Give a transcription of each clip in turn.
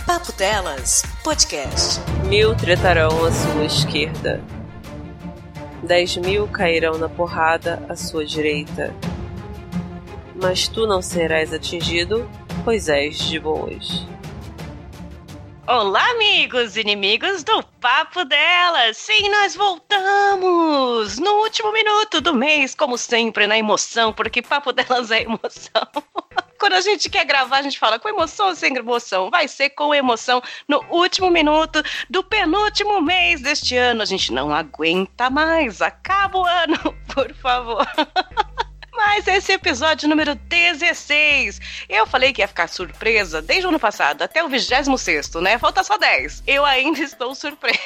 Papo Delas Podcast. 1000 tretarão à sua esquerda, 10.000 cairão na porrada à sua direita, mas tu não serás atingido, pois és de boas. Olá, amigos e inimigos do Papo Delas! Sim, nós voltamos no último minuto do mês, como sempre, na emoção, porque Papo Delas é emoção. Quando a gente quer gravar, a gente fala com emoção ou sem emoção? Vai ser com emoção no último minuto do penúltimo mês deste ano. A gente não aguenta mais. Acaba o ano, por favor. Mas esse episódio número 16, eu falei que ia ficar surpresa desde o ano passado, até o 26º, né? Falta só 10. Eu ainda estou surpresa.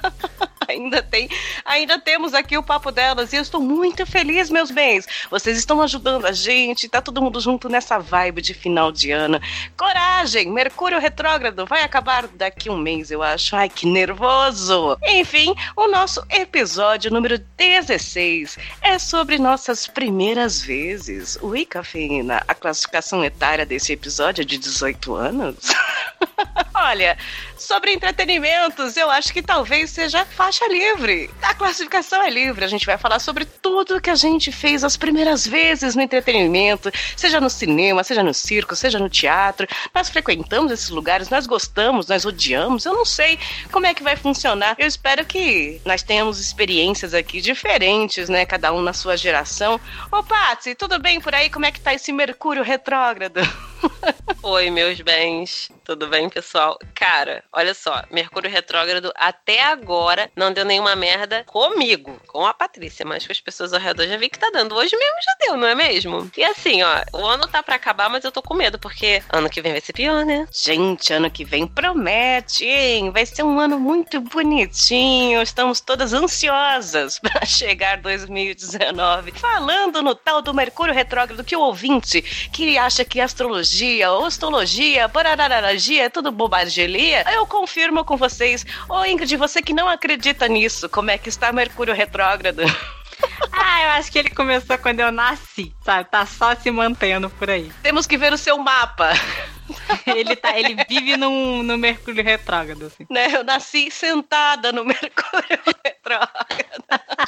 Ainda temos aqui o Papo Delas e eu estou muito feliz, meus bens. Vocês estão ajudando a gente, tá todo mundo junto nessa vibe de final de ano. Coragem, Mercúrio retrógrado vai acabar daqui um mês, eu acho. Ai, que nervoso. Enfim, o nosso episódio número 16 é sobre nossas primeiras vezes. Ui, cafeína, a classificação etária desse episódio é de 18 anos? Olha, sobre entretenimentos, eu acho que talvez seja faixa livre. A classificação é livre, a gente vai falar sobre tudo que a gente fez as primeiras vezes no entretenimento, seja no cinema, seja no circo, seja no teatro. Nós frequentamos esses lugares, nós gostamos, nós odiamos, eu não sei como é que vai funcionar. Eu espero que nós tenhamos experiências aqui diferentes, né, cada um na sua geração. Ô, Patsy, tudo bem por aí? Como é que tá esse Mercúrio retrógrado? Oi, meus bens. Tudo bem, pessoal? Cara, olha só, Mercúrio retrógrado até agora não deu nenhuma merda comigo, com a Patrícia, mas com as pessoas ao redor já vi que tá dando. Hoje mesmo já deu, não é mesmo? E assim, ó, o ano tá pra acabar, mas eu tô com medo, porque ano que vem vai ser pior, né? Gente, ano que vem promete, hein? Vai ser um ano muito bonitinho, estamos todas ansiosas pra chegar 2019. Falando no tal do Mercúrio retrógrado, que o ouvinte que acha que astrologia, ostologia, barararagia, é tudo bobagelia, eu confirmo com vocês. Ô, Ingrid, você que não acredita nisso, como é que está Mercúrio retrógrado? Eu acho que ele começou quando eu nasci, sabe? Tá só se mantendo por aí. Temos que ver o seu mapa. Ele vive no Mercúrio retrógrado, assim. Né? Eu nasci sentada no Mercúrio retrógrado.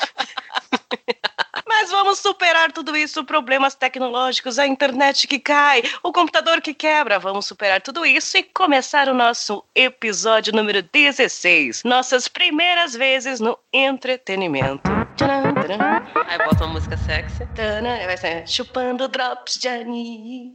Mas vamos superar tudo isso, problemas tecnológicos, a internet que cai, o computador que quebra. Vamos superar tudo isso e começar o nosso episódio número 16. Nossas primeiras vezes no entretenimento. Aí bota uma música sexy. Vai ser chupando drops de Annie.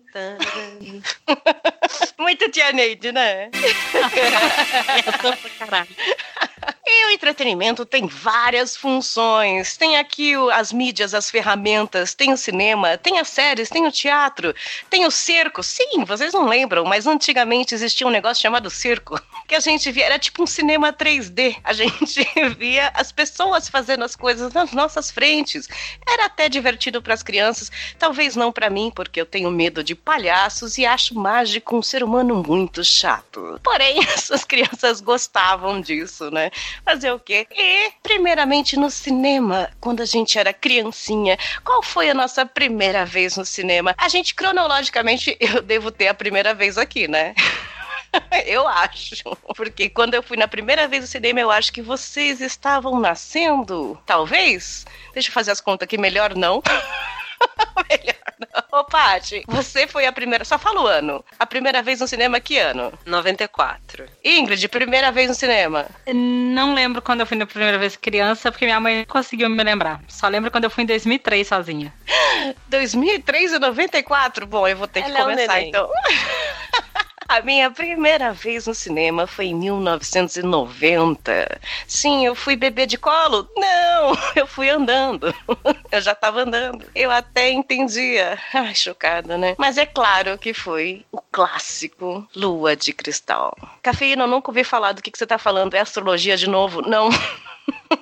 Muito Tia Neide, né? Eu tô pra caralho. E o entretenimento tem várias funções. Tem aqui as mídias, as ferramentas, tem o cinema, tem as séries, tem o teatro, tem o circo. Sim, vocês não lembram, mas antigamente existia um negócio chamado circo, que a gente via, era tipo um cinema 3D. A gente via as pessoas fazendo as coisas nas nossas frentes. Era até divertido para as crianças, talvez não para mim, porque eu tenho medo de palhaços e acho mágico um ser humano muito chato. Porém, essas crianças gostavam disso, né? Fazer o quê? E, primeiramente, no cinema, quando a gente era criancinha, qual foi a nossa primeira vez no cinema? A gente, cronologicamente, eu devo ter a primeira vez aqui, né? Eu acho. Porque quando eu fui na primeira vez no cinema, eu acho que vocês estavam nascendo. Talvez? Deixa eu fazer as contas aqui, melhor não. Melhor não. Ô, Paty, você foi a primeira... Só fala o ano. A primeira vez no cinema, que ano? 94. Ingrid, primeira vez no cinema? Não lembro quando eu fui na primeira vez criança, porque minha mãe não conseguiu me lembrar. Só lembro quando eu fui em 2003 sozinha. 2003 e 94? Bom, eu vou ter que começar, então. A minha primeira vez no cinema foi em 1990. Sim, eu fui bebê de colo? Não, eu fui andando. Eu já tava andando. Eu até entendia. Ai, chocada, né? Mas é claro que foi o clássico Lua de Cristal. Cafeína, eu nunca ouvi falar do que você tá falando. É astrologia de novo? Não.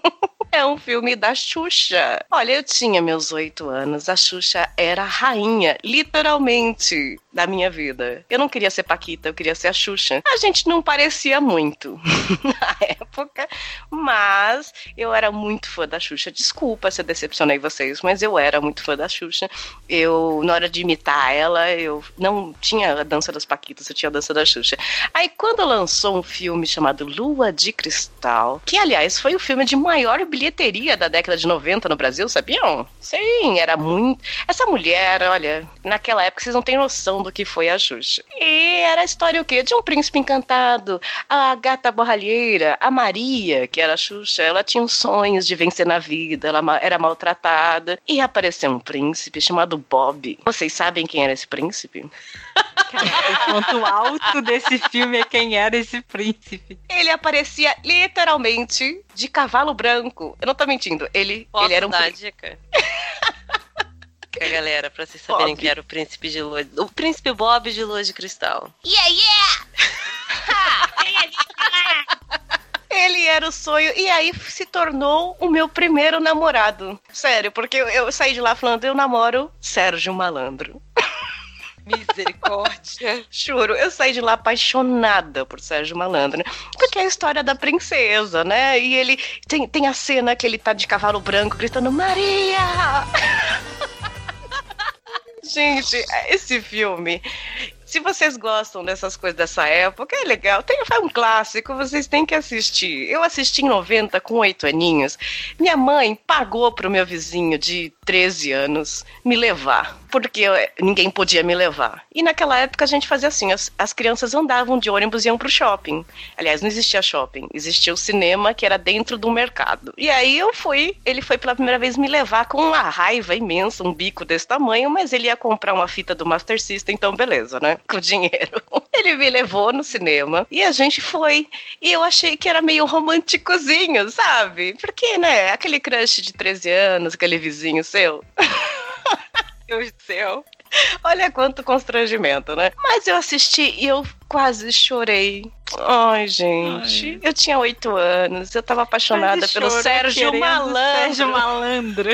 É um filme da Xuxa. Olha, eu tinha meus 8 anos. A Xuxa era a rainha, literalmente, da minha vida. Eu não queria ser Paquita, eu queria ser a Xuxa. A gente não parecia muito na época, mas eu era muito fã da Xuxa. Desculpa se eu decepcionei vocês, mas eu era muito fã da Xuxa. Eu, na hora de imitar ela, eu não tinha a dança das Paquitas, eu tinha a dança da Xuxa. Aí, quando lançou um filme chamado Lua de Cristal, que, aliás, foi o filme de maior bilheteria da década de 90 no Brasil, sabiam? Sim, era muito... Essa mulher, olha, naquela época vocês não têm noção do que foi a Xuxa. E era a história o quê? De um príncipe encantado, a gata borralheira, a Maria, que era a Xuxa, ela tinha os sonhos de vencer na vida, ela era maltratada, e apareceu um príncipe chamado Bob. Vocês sabem quem era esse príncipe? O ponto alto desse filme é quem era esse príncipe. Ele aparecia literalmente de cavalo branco. Eu não tô mentindo. Ele era um dica? A galera, pra vocês saberem quem era o príncipe de Lua. O príncipe Bob de Lua de Cristal. Yeah! Ele era o sonho, e aí se tornou o meu primeiro namorado. Sério, porque eu saí de lá falando, eu namoro Sérgio Malandro. Misericórdia. Juro, eu saí de lá apaixonada por Sérgio Malandro, né? Porque é a história da princesa, né? E ele tem a cena que ele tá de cavalo branco gritando Maria! Gente, esse filme, se vocês gostam dessas coisas dessa época, é legal. Foi um clássico, vocês têm que assistir. Eu assisti em 90 com 8 aninhos. Minha mãe pagou pro meu vizinho de 13 anos me levar, porque ninguém podia me levar. E naquela época a gente fazia assim, as crianças andavam de ônibus e iam pro shopping. Aliás, não existia shopping, existia o cinema que era dentro do mercado. E aí ele foi pela primeira vez me levar com uma raiva imensa, um bico desse tamanho, mas ele ia comprar uma fita do Master System, então beleza, né? Com dinheiro. Ele me levou no cinema e a gente foi. E eu achei que era meio românticozinho, sabe? Porque, né? Aquele crush de 13 anos, aquele vizinho seu. Deus do céu. Olha quanto constrangimento, né? Mas eu assisti e eu quase chorei. Ai, gente. Eu tinha 8 anos, eu tava apaixonada pelo Sérgio Malandro. Sérgio Malandro.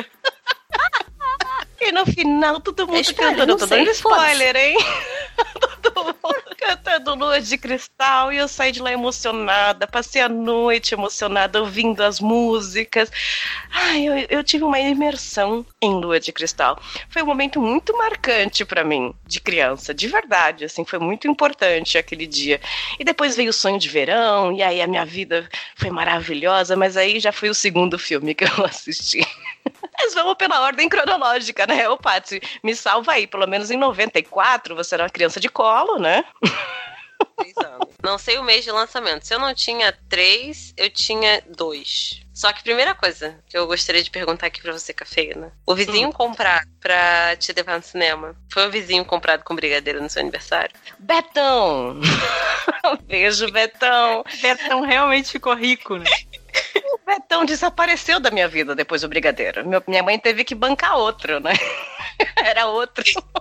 E no final, todo mundo cantando. Tô dando spoiler, hein? Todo mundo cantando Lua de Cristal. E eu saí de lá emocionada. Passei a noite emocionada, ouvindo as músicas. Ai, eu tive uma imersão em Lua de Cristal. Foi um momento muito marcante pra mim, de criança. De verdade, assim, foi muito importante aquele dia. E depois veio o Sonho de Verão. E aí a minha vida foi maravilhosa. Mas aí já foi o segundo filme que eu assisti. Mas vamos pela ordem cronológica, né? Ô, Paty, me salva aí. Pelo menos em 94, você era uma criança de colo, né? 3 anos. Não sei o mês de lançamento. Se eu não tinha 3, eu tinha 2. Só que primeira coisa que eu gostaria de perguntar aqui pra você, Cafeína. O vizinho comprado pra te levar no cinema, foi o vizinho comprado com brigadeiro no seu aniversário? Betão! Beijo, Betão. Betão realmente ficou rico, né? O Betão desapareceu da minha vida depois do brigadeiro. Minha mãe teve que bancar outro, né? Era outro.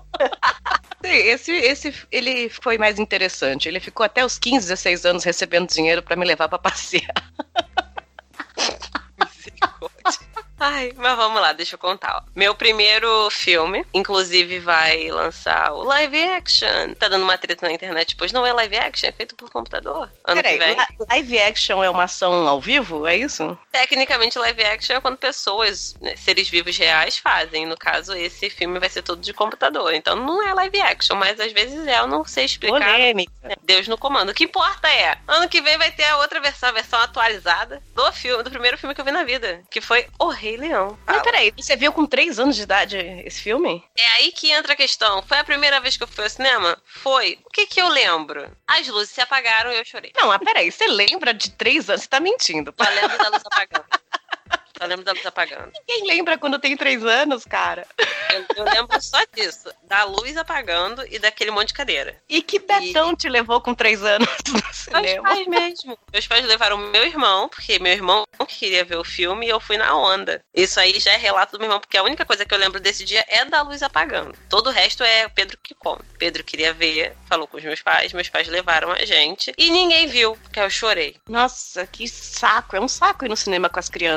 Esse ele foi mais interessante. Ele ficou até os 15, 16 anos recebendo dinheiro pra me levar pra passear. Misericórdia. Ai, mas vamos lá, deixa eu contar. Ó. Meu primeiro filme, inclusive, vai lançar o live action. Tá dando uma treta na internet, pois não é live action, é feito por computador. Peraí, live action é uma ação ao vivo, é isso? Tecnicamente, live action é quando pessoas, né, seres vivos reais, fazem. No caso, esse filme vai ser todo de computador. Então não é live action, mas às vezes eu não sei explicar. Polêmica. Deus no comando. O que importa é, ano que vem vai ter a outra versão, a versão atualizada do primeiro filme que eu vi na vida, que foi O Rei Leão. Mas peraí, você viu com 3 anos de idade esse filme? É aí que entra a questão. Foi a primeira vez que eu fui ao cinema? Foi. O que eu lembro? As luzes se apagaram e eu chorei. Não, mas peraí, você lembra de 3 anos? Você tá mentindo. Eu lembro da luz apagando. Eu lembro da luz apagando. Ninguém lembra quando tem 3 anos, cara. Eu lembro só disso. Da luz apagando e daquele monte de cadeira. E que Betão te levou com 3 anos no cinema? Meus pais mesmo. Meus pais levaram meu irmão, porque meu irmão queria ver o filme e eu fui na onda. Isso aí já é relato do meu irmão, porque a única coisa que eu lembro desse dia é da luz apagando. Todo o resto é o Pedro que conta. Pedro queria ver, falou com os meus pais levaram a gente e ninguém viu, porque eu chorei. Nossa, que saco. É um saco ir no cinema com as crianças. Você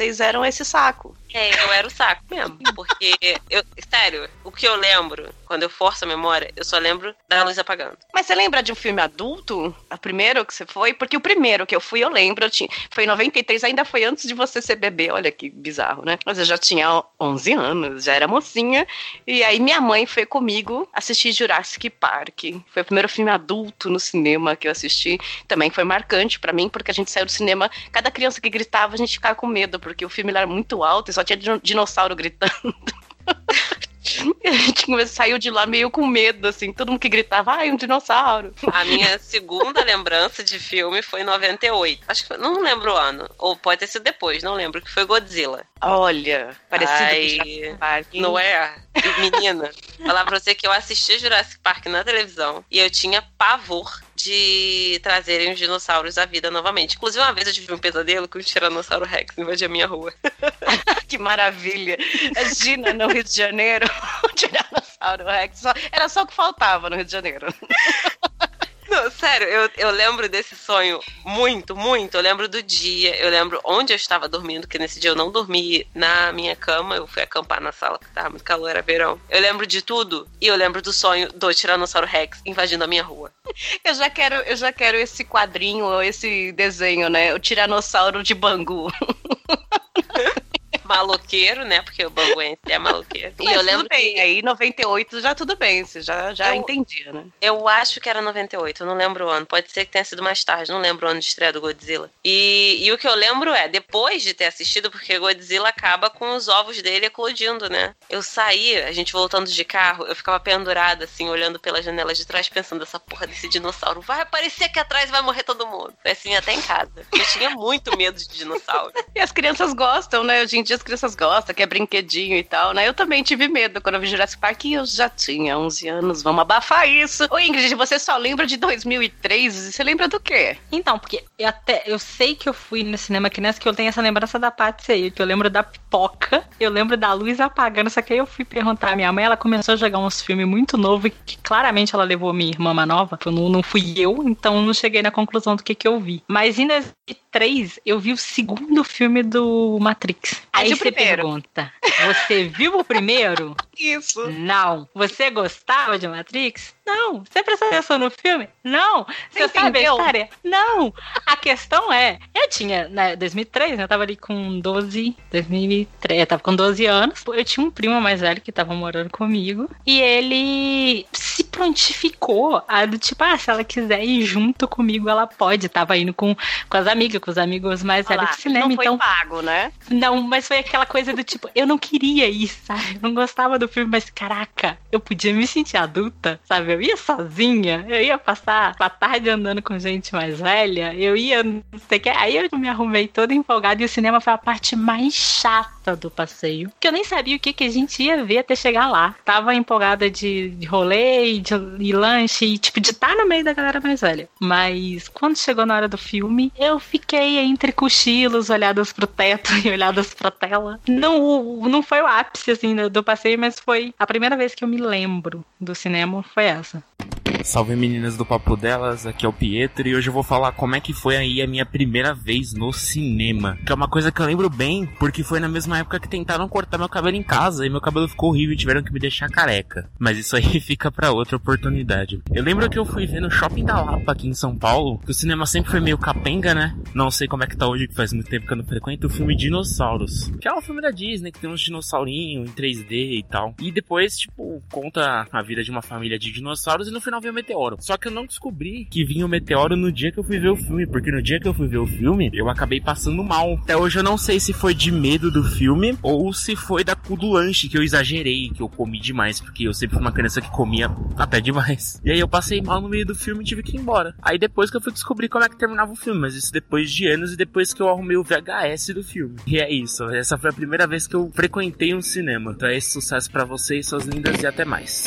vocês eram esse saco. Eu era o saco mesmo, porque, sério, o que eu lembro, quando eu forço a memória, eu só lembro da luz apagando. Mas você lembra de um filme adulto? O primeiro que você foi? Porque o primeiro que eu fui, eu lembro, foi em 93, ainda foi antes de você ser bebê, olha que bizarro, né? Mas eu já tinha 11 anos, já era mocinha, e aí minha mãe foi comigo assistir Jurassic Park. Foi o primeiro filme adulto no cinema que eu assisti, também foi marcante pra mim, porque a gente saiu do cinema, cada criança que gritava, a gente ficava com medo, porque o filme era muito alto e só tinha dinossauro gritando. A gente saiu de lá meio com medo, assim, todo mundo que gritava, ai, um dinossauro. A minha segunda lembrança de filme foi em 98. Acho que não lembro o ano, ou pode ter sido depois, não lembro, que foi Godzilla. Olha, parecido com Jurassic Park. Não é? Menina, falar pra você que eu assisti Jurassic Park na televisão e eu tinha pavor de trazerem os dinossauros à vida novamente. Inclusive, uma vez eu tive um pesadelo com o Tiranossauro Rex invadia a minha rua. Que maravilha! Imagina, no Rio de Janeiro, o Tiranossauro Rex. Era só o que faltava no Rio de Janeiro. Não, sério, eu lembro desse sonho muito, muito. Eu lembro do dia, eu lembro onde eu estava dormindo, que nesse dia eu não dormi na minha cama, eu fui acampar na sala, porque tava muito calor, era verão. Eu lembro de tudo e eu lembro do sonho do Tiranossauro Rex invadindo a minha rua. Eu já quero esse quadrinho ou esse desenho, né? O Tiranossauro de Bangu. Maloqueiro, né? Porque o banguense é maloqueiro. Mas e eu lembro tudo bem, que aí 98 já tudo bem, você já entendia, né? Eu acho que era 98, eu não lembro o ano. Pode ser que tenha sido mais tarde, não lembro o ano de estreia do Godzilla. E o que eu lembro é, depois de ter assistido, porque Godzilla acaba com os ovos dele eclodindo, né? Eu saí, a gente voltando de carro, eu ficava pendurada, assim, olhando pela janela de trás, pensando, essa porra desse dinossauro vai aparecer aqui atrás e vai morrer todo mundo. Foi assim, até em casa. Eu tinha muito medo de dinossauro. E as crianças gostam, né? Hoje em dia as crianças gostam, que é brinquedinho e tal, né? Eu também tive medo quando eu vi Jurassic Park e eu já tinha 11 anos, vamos abafar isso. Ô Ingrid, você só lembra de 2003? Você lembra do quê? Então, porque eu sei que eu fui no cinema criança, que eu tenho essa lembrança da Patsy aí, que eu lembro da pipoca, eu lembro da luz apagando, só que aí eu fui perguntar à minha mãe, ela começou a jogar uns filmes muito novos, que claramente ela levou minha irmã mais nova, não fui eu, então não cheguei na conclusão do que eu vi. Mas em 2003, eu vi o segundo filme do Matrix. Aí você pergunta, você viu o primeiro? Isso. Não. Você gostava de Matrix? Não. Você prestou atenção no filme? Não. Você sabe a história? Não. A questão é, eu tinha, né, 2003, né, eu tava ali com 2003, eu tava com 12 anos, eu tinha um primo mais velho que tava morando comigo, e ele se prontificou a do tipo, se ela quiser ir junto comigo, ela pode, tava indo com as amigas, com os amigos mais velhos do cinema, não foi então... pago, né? Não, mas foi aquela coisa do tipo, eu não queria ir, sabe? Eu não gostava do filme, mas caraca, eu podia me sentir adulta, sabe? Eu ia sozinha, eu ia passar a tarde andando com gente mais velha, eu ia, não sei o que. Aí eu me arrumei toda empolgada e o cinema foi a parte mais chata do passeio, que eu nem sabia o que a gente ia ver até chegar lá. Tava empolgada de rolê, de lanche, e tipo, de estar no meio da galera mais velha. Mas quando chegou na hora do filme, eu fiquei entre cochilos, olhadas pro teto e olhadas pra tela. Não foi o ápice, assim, do passeio, mas foi a primeira vez que eu me lembro do cinema, foi essa. Salve meninas do Papo Delas, aqui é o Pietro e hoje eu vou falar como é que foi aí a minha primeira vez no cinema. Que é uma coisa que eu lembro bem, porque foi na mesma época que tentaram cortar meu cabelo em casa e meu cabelo ficou horrível e tiveram que me deixar careca. Mas isso aí fica pra outra oportunidade. Eu lembro que eu fui ver no Shopping da Lapa aqui em São Paulo, que o cinema sempre foi meio capenga, né? Não sei como é que tá hoje, que faz muito tempo que eu não frequento, o filme Dinossauros. Que é um filme da Disney, que tem uns dinossaurinhos em 3D e tal. E depois, tipo, conta a vida de uma família de dinossauros e no final vem o meteoro. Só que eu não descobri que vinha o meteoro no dia que eu fui ver o filme, porque no dia que eu fui ver o filme, eu acabei passando mal. Até hoje eu não sei se foi de medo do filme ou se foi da cu do lanche, que eu exagerei, que eu comi demais, porque eu sempre fui uma criança que comia até demais. E aí eu passei mal no meio do filme e tive que ir embora. Aí depois que eu fui descobrir como é que terminava o filme, mas isso depois de anos e depois que eu arrumei o VHS do filme. E é isso, essa foi a primeira vez que eu frequentei um cinema. Então é esse sucesso pra vocês, suas lindas, e até mais.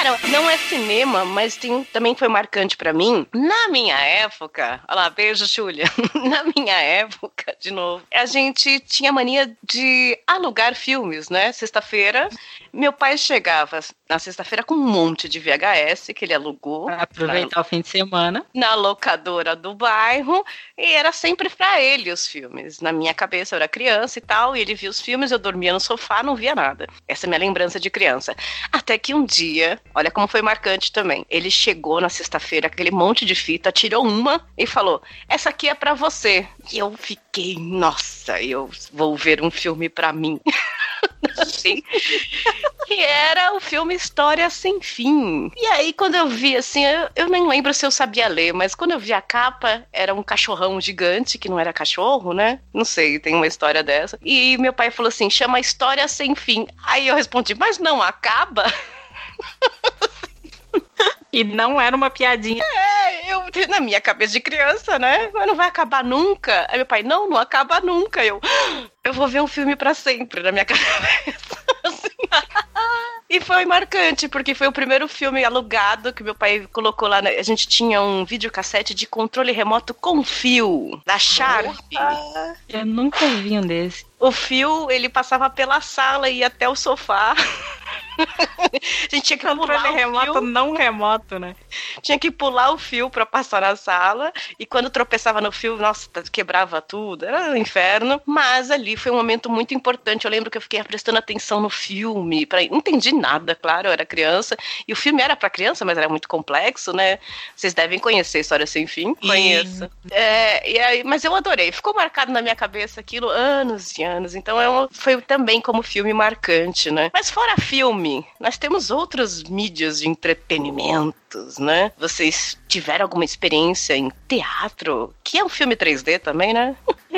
Cara, não é cinema, mas também foi marcante pra mim. Na minha época, olha lá, beijo, Júlia. Na minha época, de novo, a gente tinha mania de alugar filmes, né? Sexta-feira, meu pai chegava na sexta-feira com um monte de VHS que ele alugou. Pra aproveitar o fim de semana. Na locadora do bairro, e era sempre pra ele os filmes. Na minha cabeça, eu era criança e tal, e ele via os filmes, eu dormia no sofá, não via nada. Essa é a minha lembrança de criança. Até que um dia, olha como foi marcante também, ele chegou na sexta-feira, aquele monte de fita, tirou uma e falou, essa aqui é pra você. E eu fiquei, nossa, eu vou ver um filme pra mim. Assim, que era o filme História Sem Fim. E aí, quando eu vi, assim, eu nem lembro se eu sabia ler, mas quando eu vi a capa, era um cachorrão gigante, que não era cachorro, né? Não sei, tem uma história dessa. E meu pai falou assim, chama História Sem Fim. Aí eu respondi, mas não acaba? E não era uma piadinha. Eu, na minha cabeça de criança, né? Mas não vai acabar nunca. Aí meu pai, não acaba nunca. Eu vou ver um filme pra sempre na minha cabeça. Assim. E foi marcante, porque foi o primeiro filme alugado que meu pai colocou lá. A gente tinha um videocassete de controle remoto com fio, da Sharp. Eu nunca vi um desse. O fio, ele passava pela sala e ia até o sofá. A gente tinha que pular o remoto, fio. não remoto, né? Tinha que pular o fio pra passar na sala. E quando tropeçava no fio, nossa, quebrava tudo. Era um inferno. Mas ali foi um momento muito importante. Eu lembro que eu fiquei prestando atenção no filme. Não entendi nada, claro, eu era criança. E o filme era pra criança, mas era muito complexo, né? Vocês devem conhecer História Sem Fim. Conheço. Mas eu adorei. Ficou marcado na minha cabeça aquilo anos e anos. Então foi também como filme marcante, né? Mas fora filme, nós temos outras mídias de entretenimentos, né? Vocês tiveram alguma experiência em teatro? Que é um filme 3D também, né?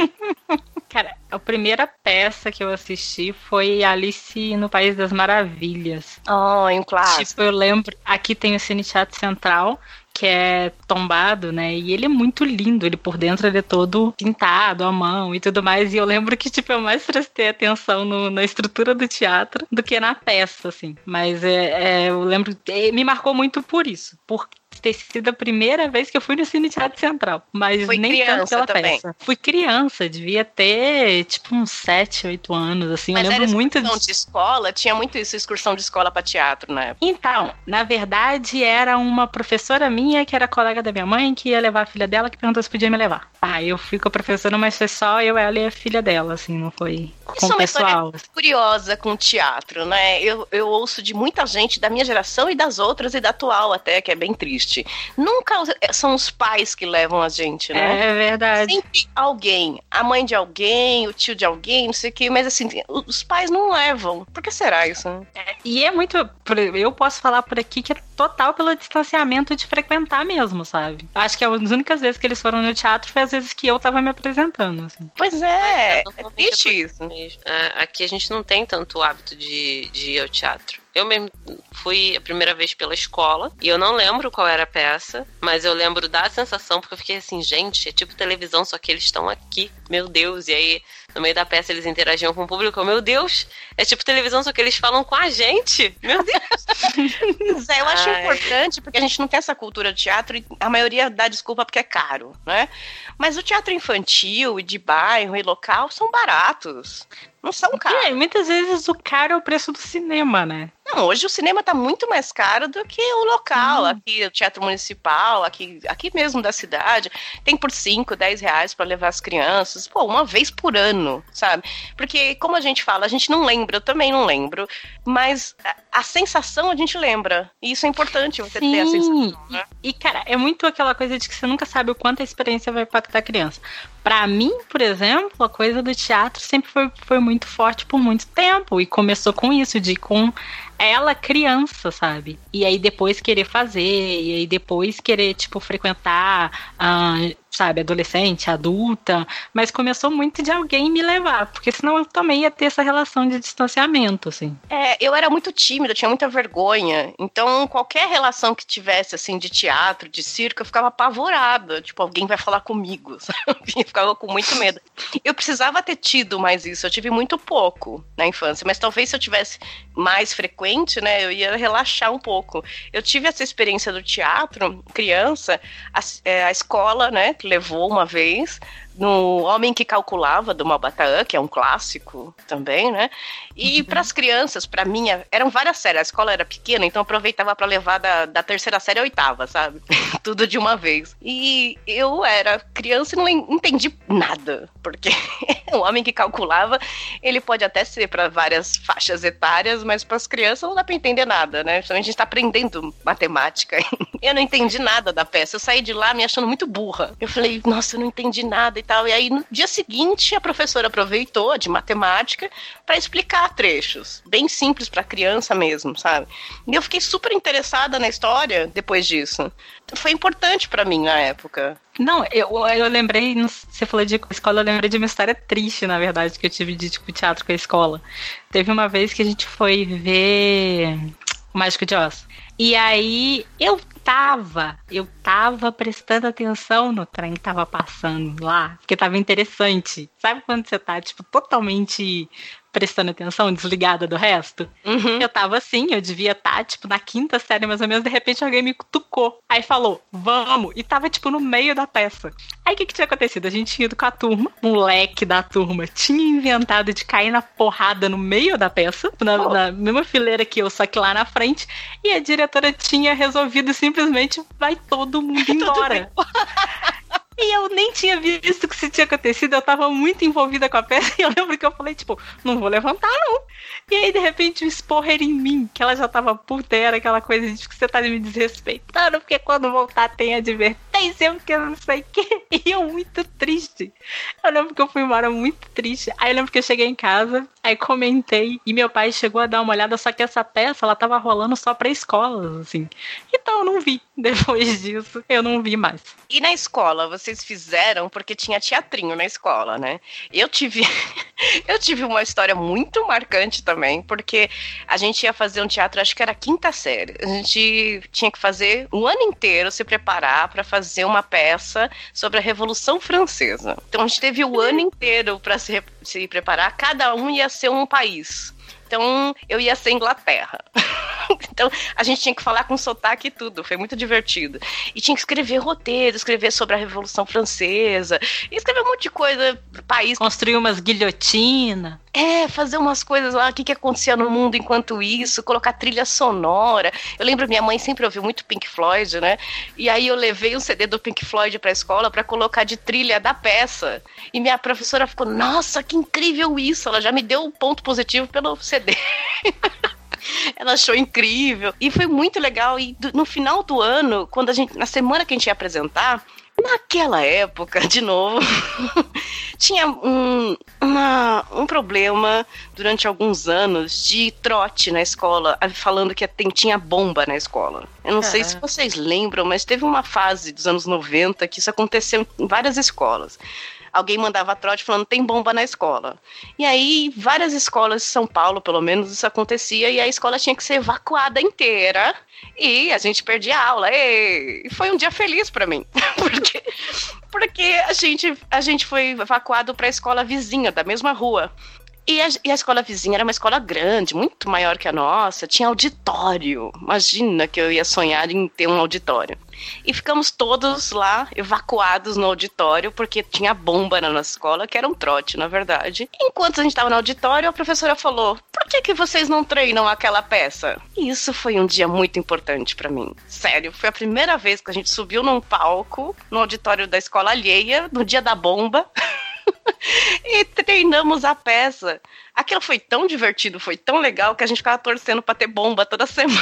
Cara, a primeira peça que eu assisti foi Alice no País das Maravilhas. Oh, em clássico. Tipo, eu lembro, aqui tem o Cine Teatro Central, que é tombado, né? E ele é muito lindo, ele por dentro ele é todo pintado à mão e tudo mais. E eu lembro que, tipo, eu mais prestei atenção na estrutura do teatro do que na peça, assim. Mas eu lembro, me marcou muito por isso, por ter sido a primeira vez que eu fui no Cine Teatro Central, mas foi nem tanto pela também. peça. Fui criança, devia ter tipo uns 7, 8 anos, assim. Mas eu lembro era muito de escola, tinha muito isso, excursão de escola pra teatro, né? Então, na verdade, era uma professora minha que era colega da minha mãe, que ia levar a filha dela, que perguntou se podia me levar. Eu fui com a professora, mas foi só ela e a filha dela, assim, não foi com o pessoal. Isso é curiosa com o teatro, né? Eu ouço de muita gente da minha geração e das outras e da atual até, que é bem triste. Nunca são os pais que levam a gente, né? É verdade. Sempre alguém, a mãe de alguém, o tio de alguém, não sei o que, mas assim, os pais não levam. Por que será isso? E é muito, eu posso falar por aqui que é total pelo distanciamento de frequentar mesmo, sabe? Acho que as únicas vezes que eles foram no teatro foi as vezes que eu tava me apresentando, assim. Pois é triste isso. Aqui a gente não tem tanto hábito de ir ao teatro. Eu mesmo fui a primeira vez pela escola e eu não lembro qual era a peça, mas eu lembro da sensação, porque eu fiquei assim, gente, é tipo televisão, só que eles estão aqui, meu Deus. E aí, no meio da peça, eles interagiam com o público, meu Deus, é tipo televisão, só que eles falam com a gente, meu Deus. Eu acho importante, porque a gente não tem essa cultura de teatro e a maioria dá desculpa porque é caro, né? Mas o teatro infantil e de bairro e local são baratos. Não são caros. Muitas vezes o caro é o preço do cinema, né? Não, hoje o cinema tá muito mais caro do que o local. Aqui, o Teatro Municipal, aqui mesmo da cidade, tem por 5, 10 reais pra levar as crianças. Pô, uma vez por ano, sabe? Porque, como a gente fala, a gente não lembra, eu também não lembro, mas a sensação a gente lembra. E isso é importante, você ter a sensação, né? E, cara, é muito aquela coisa de que você nunca sabe o quanto a experiência vai impactar a criança. Pra mim, por exemplo, a coisa do teatro sempre foi muito forte por muito tempo. E começou com isso, com ela criança, sabe? E aí depois querer fazer, e aí depois querer, tipo, frequentar sabe, adolescente, adulta, mas começou muito de alguém me levar, porque senão eu também ia ter essa relação de distanciamento, assim. Eu era muito tímida, eu tinha muita vergonha, então qualquer relação que tivesse, assim, de teatro, de circo, eu ficava apavorada, tipo, alguém vai falar comigo, sabe? Eu ficava com muito medo. Eu precisava ter tido mais isso, eu tive muito pouco na infância, mas talvez se eu tivesse mais frequente, né, eu ia relaxar um pouco. Eu tive essa experiência do teatro, criança, a escola, né, que levou uma vez, no Homem que Calculava, do Malbataan, que é um clássico também, né? E para as crianças, para mim, eram várias séries. A escola era pequena, então eu aproveitava para levar da terceira série à oitava, sabe? Tudo de uma vez. E eu era criança e não entendi nada, porque o Homem que Calculava, ele pode até ser para várias faixas etárias, mas para as crianças não dá para entender nada, né? Principalmente a gente está aprendendo matemática. Eu não entendi nada da peça. Eu saí de lá me achando muito burra. Eu falei, nossa, eu não entendi nada e tal. E aí, no dia seguinte, a professora aproveitou de matemática para explicar trechos. Bem simples para criança mesmo, sabe? E eu fiquei super interessada na história depois disso. Foi importante para mim na época. Não, eu lembrei, você falou de escola, eu lembrei de uma história triste, na verdade, que eu tive de tipo, teatro com a escola. Teve uma vez que a gente foi ver O Mágico de Oz. E aí eu tava prestando atenção no trem que tava passando lá, porque tava interessante. Sabe quando você tá, tipo, totalmente prestando atenção, desligada do resto? Uhum. Eu tava assim, eu devia estar, tipo, na 5ª série, mais ou menos, de repente alguém me cutucou. Aí falou, vamos! E tava, tipo, no meio da peça. Aí o que tinha acontecido? A gente tinha ido com a turma, um moleque da turma tinha inventado de cair na porrada no meio da peça, na mesma fileira que eu, só que lá na frente, e a diretora tinha resolvido simplesmente, vai todo mundo embora. E eu nem tinha visto o que isso tinha acontecido, eu tava muito envolvida com a peça, e eu lembro que eu falei, tipo, não vou levantar, não. E aí, de repente, o esporrer em mim, que ela já tava puta, era aquela coisa de que você tá me desrespeitando, porque quando voltar tem advertência, porque eu não sei o quê. E eu muito triste. Eu lembro que eu fui embora muito triste. Aí eu lembro que eu cheguei em casa, aí comentei, e meu pai chegou a dar uma olhada, só que essa peça, ela tava rolando só pra escolas, assim. Então eu não vi. Depois disso, eu não vi mais. E na escola, vocês fizeram, porque tinha teatrinho na escola, né? Eu tive uma história muito marcante também, porque a gente ia fazer um teatro, acho que era 5ª série. A gente tinha que fazer um ano inteiro, se preparar para fazer uma peça sobre a Revolução Francesa. Então a gente teve o ano inteiro para se preparar, cada um ia ser um país. Então, eu ia ser Inglaterra. Então, a gente tinha que falar com sotaque e tudo. Foi muito divertido. E tinha que escrever roteiro, escrever sobre a Revolução Francesa. E escrever um monte de coisa. País. Construir umas guilhotinas. Fazer umas coisas lá, o que acontecia no mundo enquanto isso, colocar trilha sonora. Eu lembro, minha mãe sempre ouviu muito Pink Floyd, né? E aí eu levei um CD do Pink Floyd pra escola pra colocar de trilha da peça. E minha professora ficou, nossa, que incrível isso! Ela já me deu um ponto positivo pelo CD. Ela achou incrível. E foi muito legal. E no final do ano, na semana que a gente ia apresentar, naquela época, de novo, tinha um problema durante alguns anos de trote na escola, falando que tinha bomba na escola. Eu não sei se vocês lembram, mas teve uma fase dos anos 90 que isso aconteceu em várias escolas. Alguém mandava trote falando, tem bomba na escola. E aí, várias escolas de São Paulo, pelo menos, isso acontecia, e a escola tinha que ser evacuada inteira, e a gente perdia a aula. E foi um dia feliz pra mim, porque a gente foi evacuado pra escola vizinha, da mesma rua. E a escola vizinha era uma escola grande, muito maior que a nossa, tinha auditório. Imagina que eu ia sonhar em ter um auditório. E ficamos todos lá, evacuados no auditório, porque tinha bomba na nossa escola, que era um trote, na verdade. Enquanto a gente estava no auditório, a professora falou, por que vocês não treinam aquela peça? E isso foi um dia muito importante pra mim. Sério, foi a primeira vez que a gente subiu num palco, no auditório da escola alheia, no dia da bomba, e treinamos a peça. Aquilo foi tão divertido, foi tão legal, que a gente ficava torcendo pra ter bomba toda semana.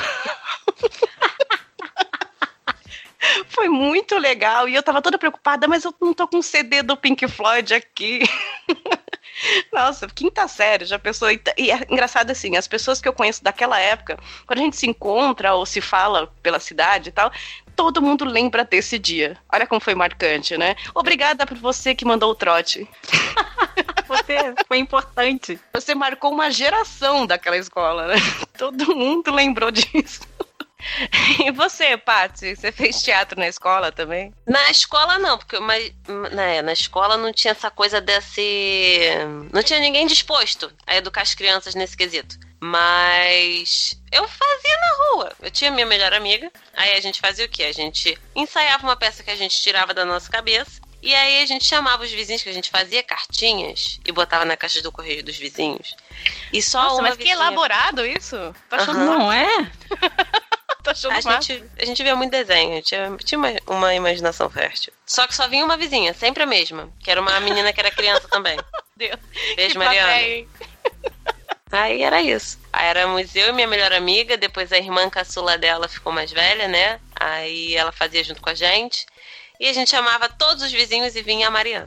Foi muito legal, e eu tava toda preocupada, mas eu não tô com um CD do Pink Floyd aqui. Nossa, 5ª série, já pensou? E é engraçado assim, as pessoas que eu conheço daquela época, quando a gente se encontra ou se fala pela cidade e tal, todo mundo lembra desse dia. Olha como foi marcante, né? Obrigada por você que mandou o trote. Você foi importante. Você marcou uma geração daquela escola, né? Todo mundo lembrou disso. E você, Paty, você fez teatro na escola também? Na escola não, porque na escola não tinha essa coisa desse... Não tinha ninguém disposto a educar as crianças nesse quesito. Mas eu fazia na rua. Eu tinha minha melhor amiga, aí a gente fazia o quê? A gente ensaiava uma peça que a gente tirava da nossa cabeça, e aí a gente chamava os vizinhos, que a gente fazia cartinhas e botava na caixa do correio dos vizinhos. E só Nossa, uma mas que vizinha... elaborado isso. Tô achando Não é? Tô achando a gente via muito desenho, tinha uma imaginação fértil. Só que só vinha uma vizinha, sempre a mesma, que era uma menina que era criança também. Deus. Beijo, Que Mariana. plateia. Aí era isso. Aí éramos eu e minha melhor amiga, depois a irmã caçula dela ficou mais velha, né? Aí ela fazia junto com a gente. E a gente chamava todos os vizinhos e vinha a Mariana.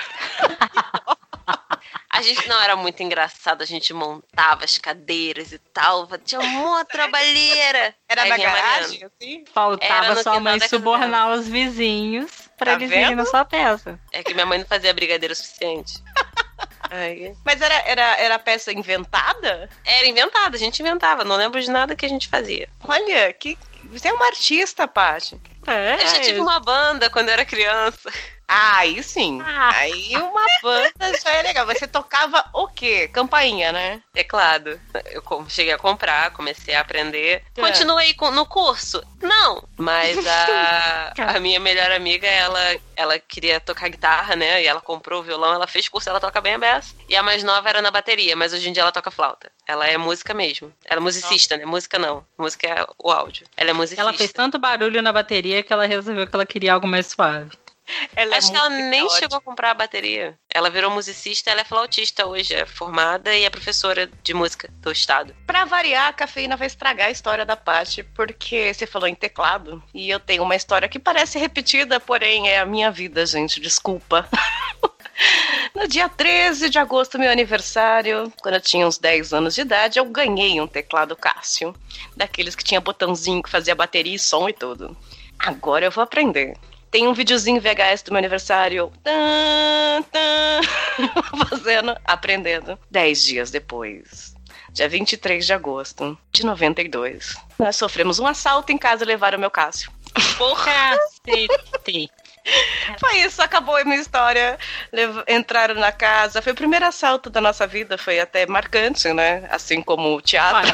A gente não era muito engraçado, a gente montava as cadeiras e tal, tinha uma trabalheira. Era Aí na vinha a garagem, Mariana. assim? Faltava Era no sua quintal mãe da casa subornar os vizinhos pra Tá eles vendo? irem na sua peça. É que minha mãe não fazia brigadeiro o suficiente. Aí... Mas era peça inventada? Era inventada, a gente inventava, não lembro de nada que a gente fazia. Olha, você é uma artista, Paty. Eu já tive uma banda quando eu era criança. Ah, aí sim. Ah. Aí uma banda já é legal. Você tocava o quê? Campainha, né? Teclado. Eu cheguei a comprar, comecei a aprender. Continuei no curso? Não. Mas a minha melhor amiga, ela queria tocar guitarra, né? E ela comprou o violão, ela fez curso, ela toca bem a beça. E a mais nova era na bateria, mas hoje em dia ela toca flauta. Ela é música mesmo. Ela é musicista, né? Música não. Música é o áudio. Ela é musicista. Ela fez tanto barulho na bateria que ela resolveu que ela queria algo mais suave. Acho que ela nem chegou a comprar a bateria. Ela virou musicista, ela é flautista hoje, é formada e é professora de música do estado. Pra variar, a cafeína vai estragar a história da Paty, porque você falou em teclado, e eu tenho uma história que parece repetida, porém é a minha vida, gente, desculpa. No dia 13 de agosto, meu aniversário, quando eu tinha uns 10 anos de idade, eu ganhei um teclado Cássio, daqueles que tinha botãozinho que fazia bateria e som e tudo. Agora eu vou aprender. Tem um videozinho VHS do meu aniversário, aprendendo. 10 dias depois, dia 23 de agosto de 92, nós sofremos um assalto em casa e levaram o meu Cássio. Porra! Foi isso, acabou a minha história. Entraram na casa. Foi o primeiro assalto da nossa vida. Foi até marcante, né? Assim como o teatro.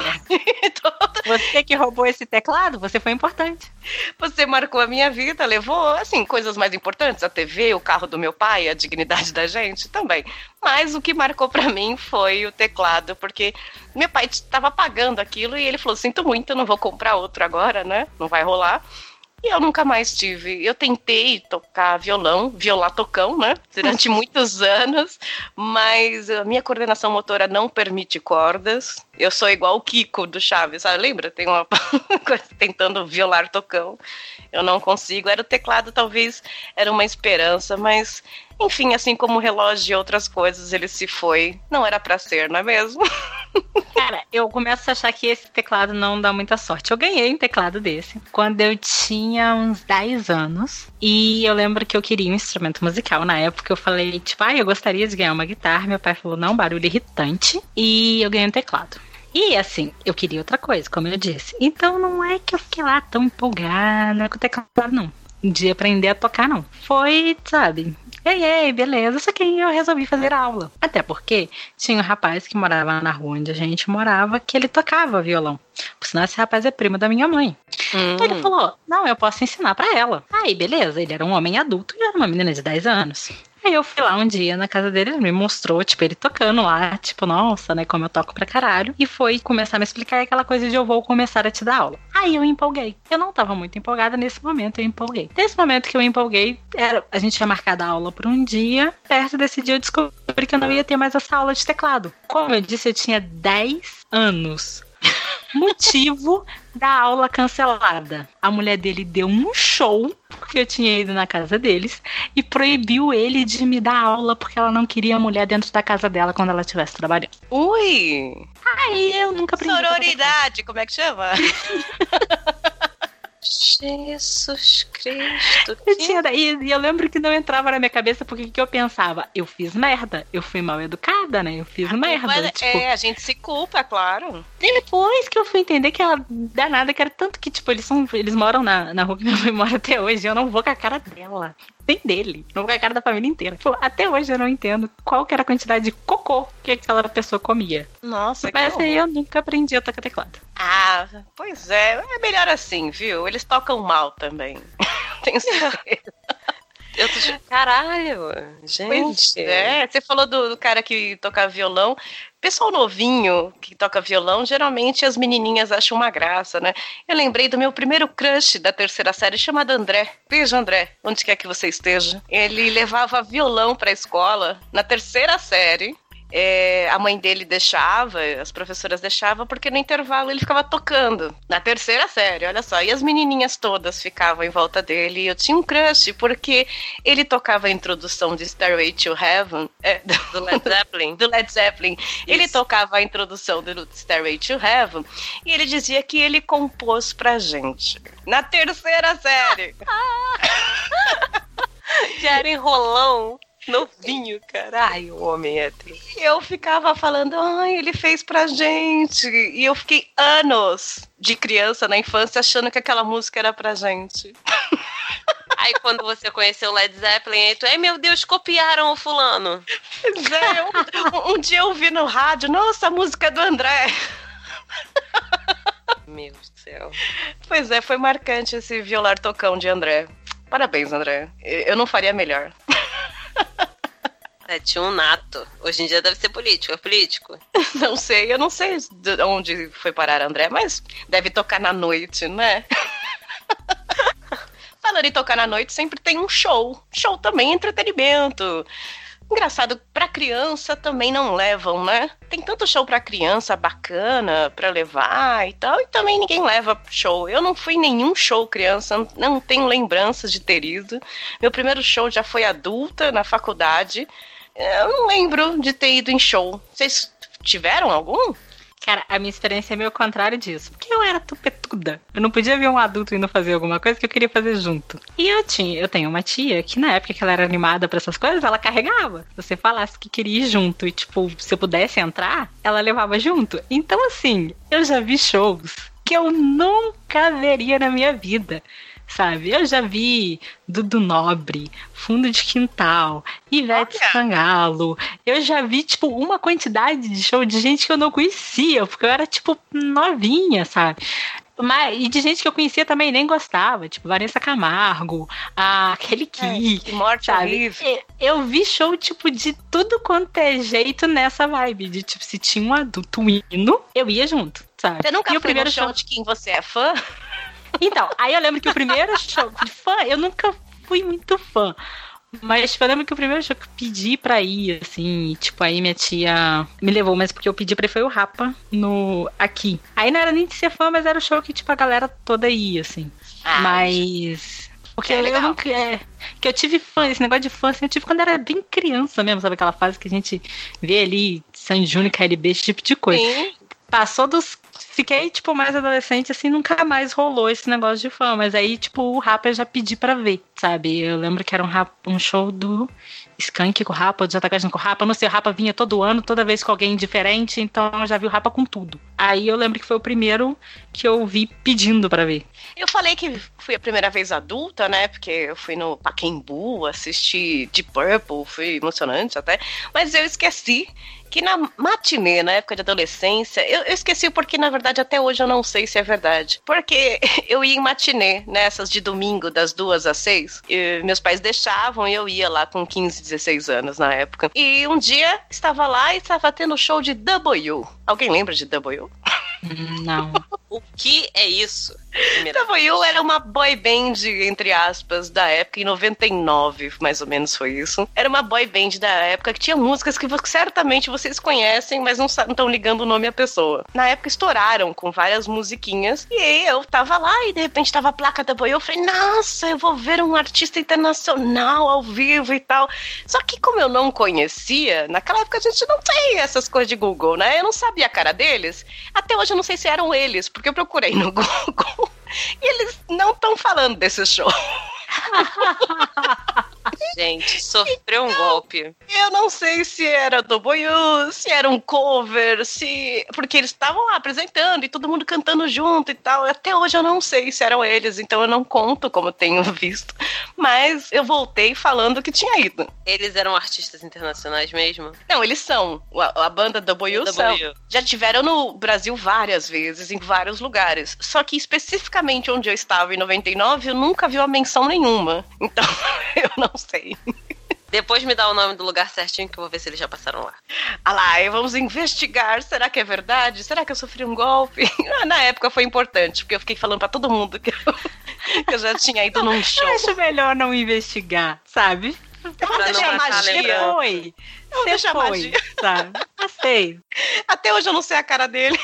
Você que roubou esse teclado, você foi importante. Você marcou a minha vida, levou, assim, coisas mais importantes. A TV, o carro do meu pai, a dignidade da gente também. Mas o que marcou pra mim foi o teclado, porque meu pai estava pagando aquilo e ele falou, sinto muito, eu não vou comprar outro agora, né? Não vai rolar. E eu nunca mais tive. Eu tentei tocar violatocão, né? Durante muitos anos, mas a minha coordenação motora não permite cordas. Eu sou igual o Kiko do Chaves, sabe? Lembra? Tem uma coisa tentando violar tocão. Eu não consigo. Era o teclado, talvez, era uma esperança, mas... Enfim, assim como o relógio e outras coisas, ele se foi. Não era pra ser, não é mesmo? Cara, eu começo a achar que esse teclado não dá muita sorte. Eu ganhei um teclado desse quando eu tinha uns 10 anos. E eu lembro que eu queria um instrumento musical. Na época eu falei, tipo, eu gostaria de ganhar uma guitarra. Meu pai falou, não, barulho irritante. E eu ganhei um teclado. E assim, eu queria outra coisa, como eu disse. Então não é que eu fiquei lá tão empolgada com o teclado, não. De aprender a tocar, não. Foi, sabe... Ei, beleza, só que aí eu resolvi fazer aula. Até porque tinha um rapaz que morava na rua onde a gente morava, que ele tocava violão. Por sinal, esse rapaz é primo da minha mãe. Então ele falou, não, eu posso ensinar pra ela. Aí, beleza, ele era um homem adulto e eu era uma menina de 10 anos. Aí eu fui lá um dia na casa dele, ele me mostrou, tipo, ele tocando lá, tipo, nossa, né, como eu toco pra caralho. E foi começar a me explicar aquela coisa de eu vou começar a te dar aula. Aí eu empolguei. Eu não tava muito empolgada, nesse momento eu empolguei. Nesse momento que eu empolguei, a gente tinha marcado a aula por um dia. Perto desse dia eu descobri que eu não ia ter mais essa aula de teclado. Como eu disse, eu tinha 10 anos. Motivo da aula cancelada. A mulher dele deu um show, porque eu tinha ido na casa deles, e proibiu ele de me dar aula, porque ela não queria a mulher dentro da casa dela quando ela estivesse trabalhando. Ui! Aí eu nunca aprendi. Sororidade, como é que chama? Jesus Cristo. E eu lembro que não entrava na minha cabeça porque que eu pensava, eu fiz merda, eu fui mal educada, né? Eu fiz merda. A gente se culpa, claro. Depois que eu fui entender que ela danada, que era tanto que, tipo, eles moram na rua que minha mãe mora até hoje, eu não vou com a cara dela. Nem dele, não vou com a cara da família inteira. Pô, até hoje eu não entendo qual que era a quantidade de cocô que aquela pessoa comia. Nossa, mas aí eu nunca aprendi a tocar teclado. Ah, pois é melhor assim, viu? Eles tocam mal também. Tenho certeza. Eu tô de caralho, gente. Pois é, você falou do cara que toca violão. Pessoal novinho que toca violão, geralmente as menininhas acham uma graça, né? Eu lembrei do meu primeiro crush da 3ª série, chamado André. Beijo, André, onde quer que você esteja. Ele levava violão pra escola na 3ª série. A mãe dele deixava, as professoras deixavam, porque no intervalo ele ficava tocando. Na 3ª série, olha só. E as menininhas todas ficavam em volta dele. E eu tinha um crush, porque ele tocava a introdução de Stairway to Heaven. Do Led Zeppelin. Do Led Zeppelin. Isso. Ele tocava a introdução do Stairway to Heaven. E ele dizia que ele compôs pra gente. Na 3ª série. Já era enrolão. Novinho, caralho, o homem hétero. E eu ficava falando, ele fez pra gente. E eu fiquei anos de criança na infância achando que aquela música era pra gente. Aí quando você conheceu o Led Zeppelin, aí tu, meu Deus, copiaram o fulano. Pois é, um dia eu ouvi no rádio, nossa, a música do André. Meu Deus do céu. Pois é, foi marcante esse violar tocão de André. Parabéns, André. Eu não faria melhor. Tinha um nato. Hoje em dia deve ser político. É político? Não sei, eu não sei de onde foi parar André, mas deve tocar na noite, né? Falando em tocar na noite, sempre tem um show. Show também, entretenimento. Engraçado, pra criança também não levam, né? Tem tanto show pra criança bacana pra levar e tal, e também ninguém leva show. Eu não fui em nenhum show criança, não tenho lembranças de ter ido. Meu primeiro show já foi adulta, na faculdade. Eu não lembro de ter ido em show. Vocês tiveram algum? Cara, a minha experiência é meio contrário disso. Porque eu era tupetuda. Eu não podia ver um adulto indo fazer alguma coisa que eu queria fazer junto. E eu tenho uma tia que na época que ela era animada pra essas coisas, ela carregava. Se você falasse que queria ir junto e, tipo, se eu pudesse entrar, ela levava junto. Então, assim, eu já vi shows que eu nunca veria na minha vida. Sabe, eu já vi Dudu Nobre, Fundo de Quintal, Ivete Sangalo. Eu já vi, tipo, uma quantidade de show de gente que eu não conhecia, porque eu era, tipo, novinha, sabe? E de gente que eu conhecia também nem gostava, tipo, Vanessa Camargo, aquele que morte, sabe? Eu vi show, tipo, de tudo quanto é jeito nessa vibe, de, tipo, se tinha um adulto indo, eu ia junto, sabe? Você nunca foi no show de quem você é fã? Então, aí eu lembro que o primeiro show de fã, eu nunca fui muito fã. Mas tipo, eu lembro que o primeiro show que eu pedi pra ir, assim, tipo, aí minha tia me levou, mas porque eu pedi pra ir foi o Rapa aqui. Aí não era nem de ser fã, mas era o show que, tipo, a galera toda ia, assim. Mas... Porque eu nunca... que eu tive fã, esse negócio de fã, assim, eu tive quando era bem criança mesmo, sabe? Aquela fase que a gente vê ali, Sandy Júnior, KLB, esse tipo de coisa. Sim. Passou dos... Fiquei, tipo, mais adolescente, assim, nunca mais rolou esse negócio de fã. Mas aí, tipo, o Rapa eu já pedi pra ver, sabe? Eu lembro que era um show do Skank com o Rapa, do JK com o Rapa. Não sei, o Rapa vinha todo ano, toda vez com alguém diferente. Então eu já vi o Rapa com tudo. Aí eu lembro que foi o primeiro que eu vi pedindo pra ver. Eu falei que fui a primeira vez adulta, né? Porque eu fui no Pacaembu, assisti Deep Purple, foi emocionante até. Mas eu esqueci que na matinê, na época de adolescência, eu esqueci porque, na verdade, até hoje eu não sei se é verdade. Porque eu ia em matinê, nessas de domingo, das 2 às 6. Meus pais deixavam e eu ia lá com 15, 16 anos na época. E um dia, estava lá e estava tendo show de W. Alguém lembra de W? Não. O que é isso? W era uma boy band, entre aspas, da época, em 99, mais ou menos foi isso. Era uma boy band da época que tinha músicas que certamente vocês conhecem, mas não estão ligando o nome à pessoa. Na época estouraram com várias musiquinhas, e aí eu tava lá e de repente tava a placa da W, eu falei, nossa, eu vou ver um artista internacional ao vivo e tal. Só que como eu não conhecia, naquela época a gente não tem essas coisas de Google, né? Eu não sabia a cara deles. Até hoje eu não sei se eram eles, porque eu procurei no Google e eles não estão falando desse show. Gente, sofreu um golpe. Eu não sei se era do Boiú, se era um cover, porque eles estavam lá apresentando e todo mundo cantando junto e tal. Até hoje eu não sei se eram eles, então eu não conto como eu tenho visto. Mas eu voltei falando que tinha ido. Eles eram artistas internacionais mesmo? Não, eles são. A banda do Boiú são. Já tiveram no Brasil várias vezes, em vários lugares. Só que especificamente onde eu estava em 99, eu nunca vi uma menção nenhuma. Então, eu não sei. Depois me dá o nome do lugar certinho que eu vou ver se eles já passaram lá. Ah lá, vamos investigar. Será que é verdade? Será que eu sofri um golpe? Na época foi importante, porque eu fiquei falando pra todo mundo que eu já tinha ido num show. Eu acho melhor não investigar, sabe? Vamos deixar a magia. Você foi, sabe? Passei. Até hoje eu não sei a cara dele.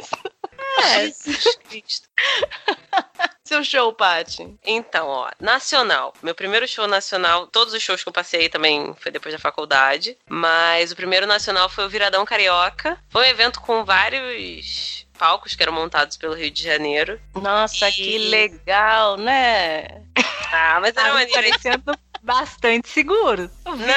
Jesus Cristo. Seu show, Paty? Então, ó, nacional. Meu primeiro show nacional, todos os shows que eu passei também foi depois da faculdade, mas o primeiro nacional foi o Viradão Carioca. Foi um evento com vários palcos que eram montados pelo Rio de Janeiro. Nossa, que legal, né? Ah, mas era parecendo bastante seguro.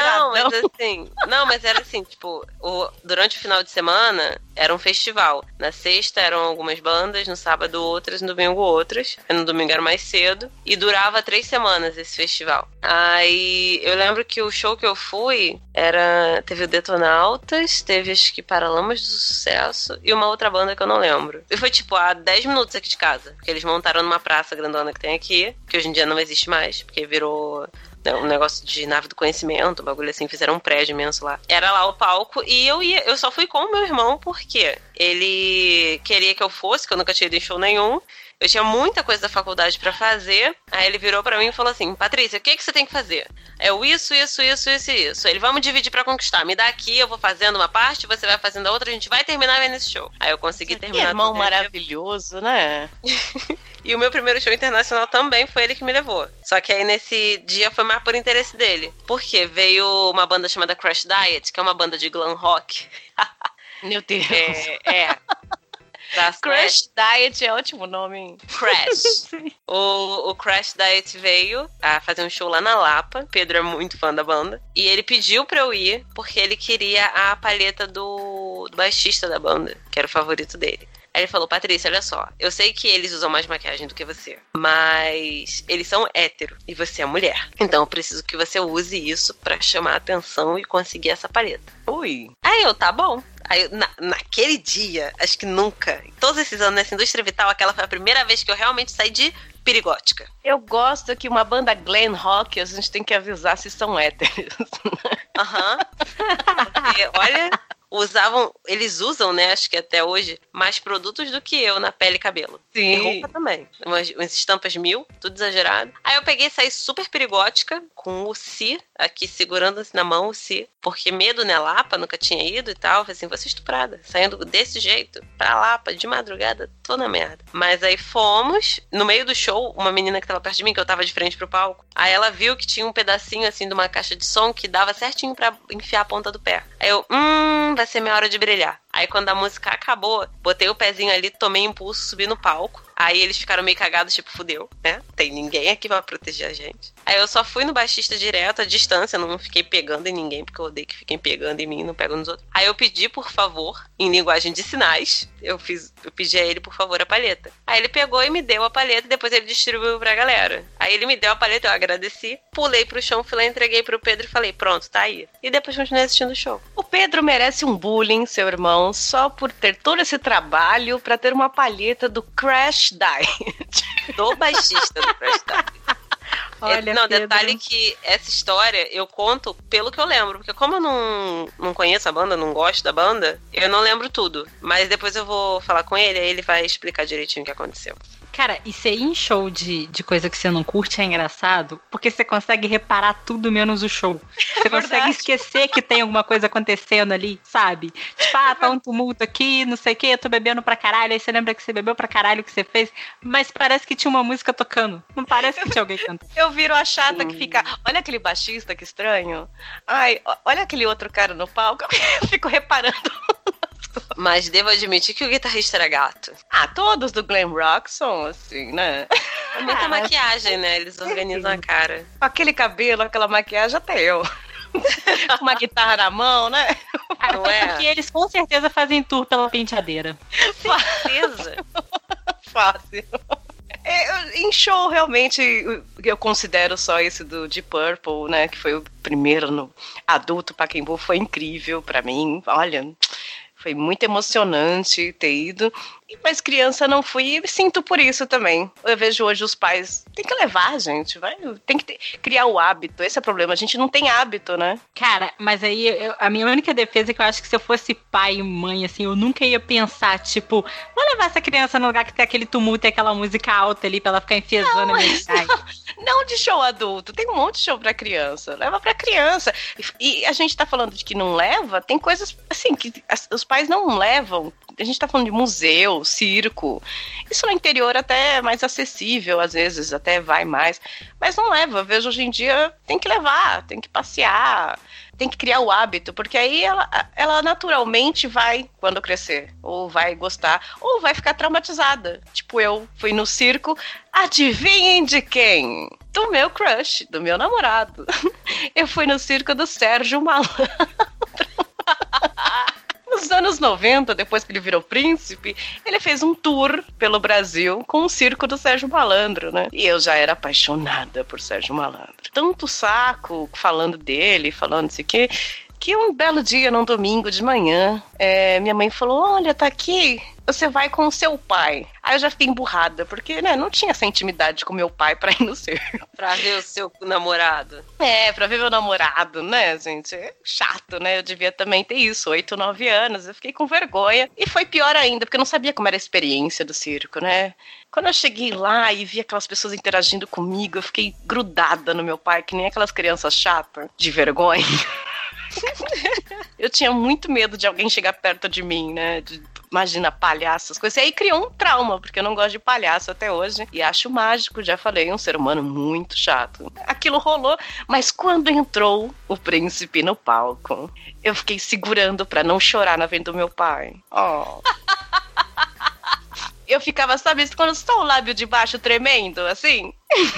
Não, mas era assim, tipo, durante o final de semana era um festival. Na sexta eram algumas bandas, no sábado outras, no domingo outras. No domingo era mais cedo. E durava 3 semanas esse festival. Aí eu lembro que o show que eu fui teve o Detonautas, teve acho que Paralamas do Sucesso e uma outra banda que eu não lembro. E foi tipo a 10 minutos aqui de casa. Porque eles montaram numa praça grandona que tem aqui, que hoje em dia não existe mais, porque virou um negócio de nave do conhecimento, um bagulho assim, fizeram um prédio imenso lá. Era lá o palco e eu só fui com o meu irmão porque ele queria que eu fosse, que eu nunca tinha ido em show nenhum. Eu tinha muita coisa da faculdade pra fazer. Aí ele virou pra mim e falou assim: Patrícia, o que você tem que fazer? Isso. Ele, vamos dividir pra conquistar. Me dá aqui, eu vou fazendo uma parte, você vai fazendo a outra, a gente vai terminar vendo esse show. Aí eu consegui terminar. Que irmão maravilhoso, né? E o meu primeiro show internacional também foi ele que me levou. Só que aí nesse dia foi mais por interesse dele. Porque veio uma banda chamada Crash Diet, que é uma banda de glam rock. Meu Deus. Crash Diet é ótimo nome, hein? Crash. O Crash Diet veio a fazer um show lá na Lapa. Pedro é muito fã da banda. E ele pediu pra eu ir porque ele queria a palheta do baixista da banda, que era o favorito dele. Aí ele falou: Patrícia, olha só, eu sei que eles usam mais maquiagem do que você, mas eles são hétero e você é mulher. Então eu preciso que você use isso pra chamar a atenção e conseguir essa palheta. Ui. Aí eu, tá bom. Aí naquele dia, acho que nunca, em todos esses anos nessa indústria vital, aquela foi a primeira vez que eu realmente saí de perigótica. Eu gosto que uma banda glam rock, a gente tem que avisar se são héteros. Aham. Porque, olha, eles usam, né, acho que até hoje, mais produtos do que eu na pele e cabelo. Sim. E roupa também. Umas estampas 1000, tudo exagerado. Aí eu peguei e saí super perigótica, com o Si aqui segurando assim na mão, o Si. Porque medo, né, Lapa, nunca tinha ido e tal. Falei assim, vou ser estuprada. Saindo desse jeito, pra Lapa, de madrugada, tô na merda. Mas aí fomos, no meio do show, uma menina que tava perto de mim, que eu tava de frente pro palco, aí ela viu que tinha um pedacinho, assim, de uma caixa de som que dava certinho pra enfiar a ponta do pé. Aí eu, vai ser minha hora de brilhar. Aí quando a música acabou, botei o pezinho ali, tomei impulso, subi no palco. Aí eles ficaram meio cagados, tipo, fudeu, né? Tem ninguém aqui pra proteger a gente. Aí eu só fui no baixista direto, à distância, não fiquei pegando em ninguém, porque eu odeio que fiquem pegando em mim, não pegam nos outros. Aí eu pedi, por favor, em linguagem de sinais, eu pedi a ele, por favor, a palheta. Aí ele pegou e me deu a palheta, e depois ele distribuiu pra galera. Aí ele me deu a palheta, eu agradeci, pulei pro chão, fui lá, entreguei pro Pedro e falei, pronto, tá aí. E depois continuei assistindo o show. O Pedro merece um bullying, seu irmão, só por ter todo esse trabalho pra ter uma palheta do Crash Diet. Do baixista do Crash Diet. Olha, não, Pedro. detalhe que essa história eu conto pelo que eu lembro. Porque como eu não conheço a banda, não gosto da banda, eu não lembro tudo. Mas depois eu vou falar com ele, aí ele vai explicar direitinho o que aconteceu. Cara, e você ir em show de coisa que você não curte é engraçado, porque você consegue reparar tudo menos o show. Você consegue esquecer que tem alguma coisa acontecendo ali, sabe? Tipo, tá um tumulto aqui, não sei o que, eu tô bebendo pra caralho, aí você lembra que você bebeu pra caralho o que você fez, mas parece que tinha uma música tocando. Não parece que tinha alguém cantando. Eu viro a chata que fica, olha aquele baixista, que estranho. Ai, olha aquele outro cara no palco. Eu fico reparando as Mas devo admitir que o guitarrista era gato. Todos do glam rock são assim, né? É muita maquiagem, né? Eles organizam a cara. Com aquele cabelo, aquela maquiagem, até eu. Com uma guitarra na mão, né? Não é? Porque eles com certeza fazem tour pela penteadeira. Certeza. Fácil. Em show, realmente, eu considero só esse do Deep Purple, né? Que foi o primeiro no adulto Pacaembu. Foi incrível pra mim. Olha, foi muito emocionante ter ido. Mas criança não fui e sinto por isso também. Eu vejo hoje os pais... Tem que levar, gente. Tem que criar o hábito. Esse é o problema. A gente não tem hábito, né? Cara, mas aí a minha única defesa é que eu acho que se eu fosse pai e mãe, assim, eu nunca ia pensar, tipo, vou levar essa criança no lugar que tem aquele tumulto e aquela música alta ali pra ela ficar enfesando a minha cara. Não de show adulto. Tem um monte de show pra criança. Leva pra criança. E a gente tá falando de que não leva, tem coisas, assim, que os pais não levam. A gente tá falando de museu, circo. Isso no interior até é mais acessível, às vezes, até vai mais. Mas não leva. Eu vejo hoje em dia, tem que levar, tem que passear, tem que criar o hábito, porque aí ela naturalmente vai, quando crescer, ou vai gostar, ou vai ficar traumatizada. Tipo, eu fui no circo, adivinhem de quem? Do meu crush, do meu namorado. Eu fui no circo do Sérgio Malandro. Nos anos 90, depois que ele virou príncipe, ele fez um tour pelo Brasil com o circo do Sérgio Malandro, né? E eu já era apaixonada por Sérgio Malandro. Tanto saco falando dele, falando isso aqui, que um belo dia, num domingo de manhã, minha mãe falou, olha, tá aqui, você vai com o seu pai. Aí eu já fiquei emburrada, porque, né, não tinha essa intimidade com meu pai pra ir no circo. Pra ver o seu namorado. Pra ver meu namorado, né, gente? É chato, né? Eu devia também ter isso, 8, 9 anos. Eu fiquei com vergonha. E foi pior ainda, porque eu não sabia como era a experiência do circo, né? Quando eu cheguei lá e vi aquelas pessoas interagindo comigo, eu fiquei grudada no meu pai, que nem aquelas crianças chatas, de vergonha. Eu tinha muito medo de alguém chegar perto de mim, né? Imagina, palhaço, as coisas. E aí criou um trauma, porque eu não gosto de palhaço até hoje. E acho mágico, já falei, um ser humano muito chato. Aquilo rolou, mas quando entrou o príncipe no palco, eu fiquei segurando pra não chorar na frente do meu pai. Oh. Eu ficava, sabe, quando só o lábio de baixo tremendo, assim...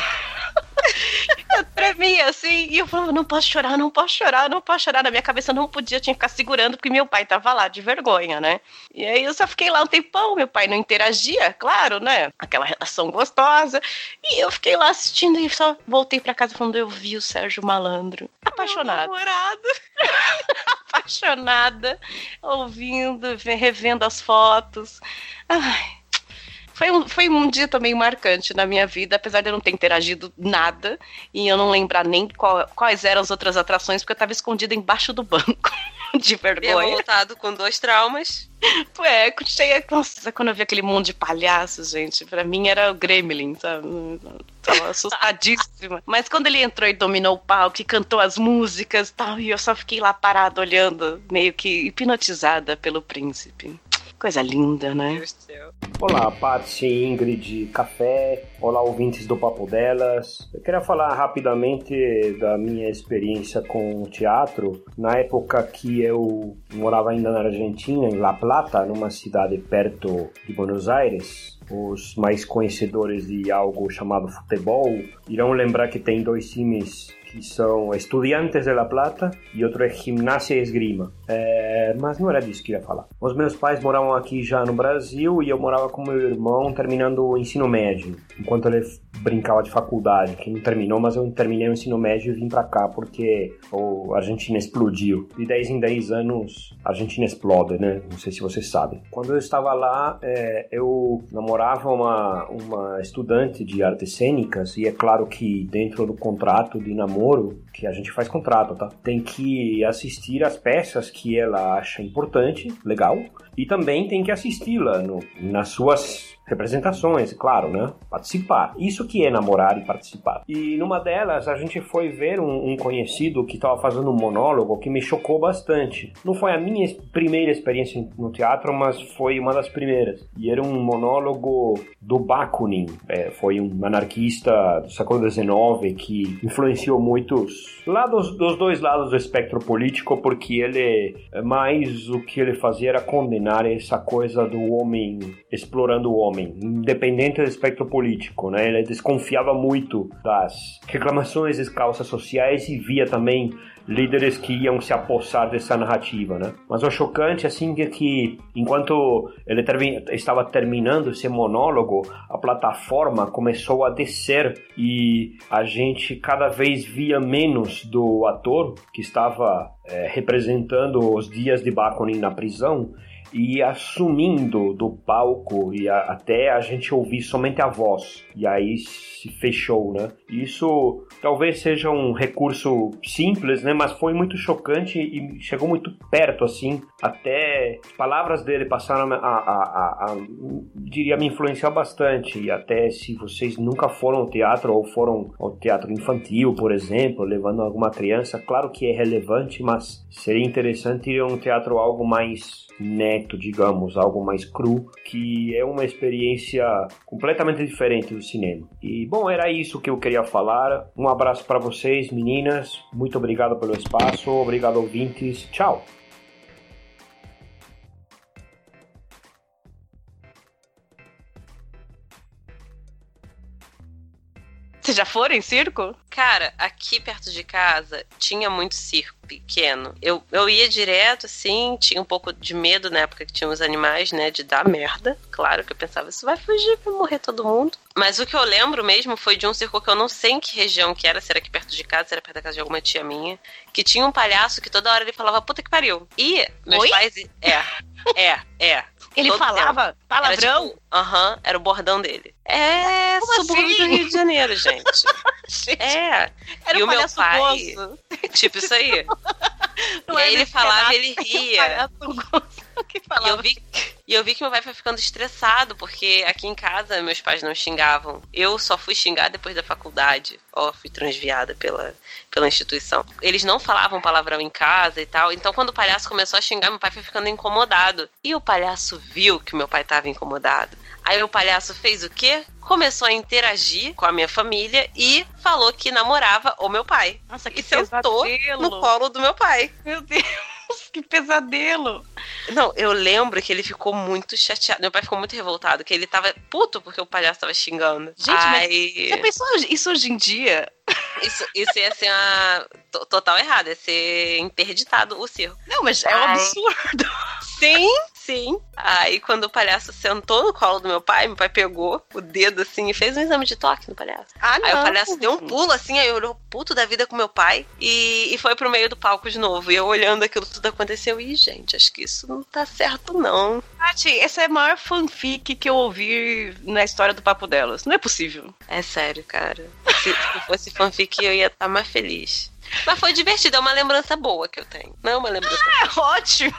Eu tremia assim, e eu falava, não posso chorar, não posso chorar, não posso chorar. Na minha cabeça eu não podia, tinha que ficar segurando, porque meu pai tava lá de vergonha, né? E aí eu só fiquei lá um tempão, meu pai não interagia, claro, né? Aquela relação gostosa. E eu fiquei lá assistindo e só voltei pra casa falando, eu vi o Sérgio Malandro. Apaixonada. Meu namorado. Apaixonada, ouvindo, revendo as fotos. Ai... Foi um dia também marcante na minha vida, apesar de eu não ter interagido nada e eu não lembrar nem quais eram as outras atrações, porque eu estava escondida embaixo do banco, de vergonha. Voltado com 2 traumas. Cheia. Nossa, quando eu vi aquele mundo de palhaços, gente, pra mim era o Gremlin, sabe? Tava assustadíssima. Mas quando ele entrou e dominou o palco e cantou as músicas e tal, e eu só fiquei lá parada olhando, meio que hipnotizada pelo príncipe. Coisa linda, né? Deus do céu. Olá, Paty, Ingrid, Café. Olá, ouvintes do Papo Delas. Eu queria falar rapidamente da minha experiência com o teatro. Na época que eu morava ainda na Argentina, em La Plata, numa cidade perto de Buenos Aires. Os mais conhecedores de algo chamado futebol irão lembrar que tem 2 times que são Estudiantes de La Plata e outro é Gimnasia e Esgrima. Mas não era disso que eu ia falar. Os meus pais moravam aqui já no Brasil e eu morava com meu irmão terminando o ensino médio, enquanto ele brincava de faculdade, que não terminou, mas eu terminei o ensino médio e vim pra cá porque a Argentina explodiu. De 10 em 10 anos, a Argentina explode, né? Não sei se vocês sabem. Quando eu estava lá, eu namorava uma estudante de artes cênicas e é claro que dentro do contrato de namoro, que a gente faz contrato, tá? Tem que assistir às peças que ela acha importante, legal, e também tem que assisti-la nas suas representações, claro, né? Participar. Isso que é namorar e participar. E numa delas, a gente foi ver um conhecido que estava fazendo um monólogo que me chocou bastante. Não foi a minha primeira experiência no teatro, mas foi uma das primeiras. E era um monólogo do Bakunin. Foi um anarquista do século XIX que influenciou muitos dos dois lados do espectro político, porque ele, mais o que ele fazia era condenar essa coisa do homem explorando o homem, independente do espectro político, né? Ele desconfiava muito das reclamações das causas sociais e via também líderes que iam se apossar dessa narrativa, né? Mas o chocante, assim, é que enquanto ele estava terminando esse monólogo, a plataforma começou a descer e a gente cada vez via menos do ator que estava representando os dias de Bakunin na prisão e assumindo do palco e até a gente ouvir somente a voz. E aí se fechou, né? Isso talvez seja um recurso simples, né? Mas foi muito chocante e chegou muito perto, assim. Até as palavras dele passaram diria, me influenciar bastante. E até se vocês nunca foram ao teatro ou foram ao teatro infantil, por exemplo, levando alguma criança, claro que é relevante, mas seria interessante ir a um teatro algo mais neto, digamos, algo mais cru, que é uma experiência completamente diferente do cinema. E, bom, era isso que eu queria falar. Um abraço para vocês, meninas. Muito obrigado pelo espaço. Obrigado, ouvintes. Tchau. Vocês já foram em circo? Cara, aqui perto de casa tinha muito circo pequeno. Eu ia direto, assim, tinha um pouco de medo na época que tinha os animais, né, de dar merda. Claro que eu pensava, isso vai fugir, vai morrer todo mundo. Mas o que eu lembro mesmo foi de um circo que eu não sei em que região que era, se era aqui perto de casa, se era perto da casa de alguma tia minha, que tinha um palhaço que toda hora ele falava, puta que pariu. E meus pais... Ele falava palavrão? Era, era o bordão dele. Como subúrbio assim? do Rio de Janeiro, gente. Gente, Era e o meu pai... Gozo. Tipo isso aí. Não e aí ele falava e ele ria. E eu vi que meu pai foi ficando estressado, porque aqui em casa meus pais não xingavam. Eu só fui xingar depois da faculdade. Fui transviada pela instituição. Eles não falavam palavrão em casa e tal. Então quando o palhaço começou a xingar, meu pai foi ficando incomodado. E o palhaço viu que meu pai estava incomodado. Aí o palhaço fez o quê? Começou a interagir com a minha família e falou que namorava o meu pai. Nossa, que e sentou pesadelo. no colo do meu pai. Meu Deus, que pesadelo. Não, eu lembro que ele ficou muito chateado. Meu pai ficou muito revoltado, que ele tava puto porque o palhaço tava xingando. Gente, mas você pensou isso hoje em dia? Isso ia ser total errado, ia ser interditado o circo. Não, mas é um absurdo. Sim. Aí quando o palhaço sentou no colo do meu pai pegou o dedo assim e fez um exame de toque no palhaço. Aí o palhaço deu um pulo assim, aí olhou puto da vida com meu pai e foi pro meio do palco de novo. E eu olhando aquilo tudo aconteceu, e gente, acho que isso não tá certo não. Tati, essa é a maior fanfic que eu ouvi na história do Papo Delas. Não é possível. É sério, cara. Se fosse fanfic eu ia estar mais feliz. Mas foi divertido, é uma lembrança boa que eu tenho. Não é uma lembrança É ótimo.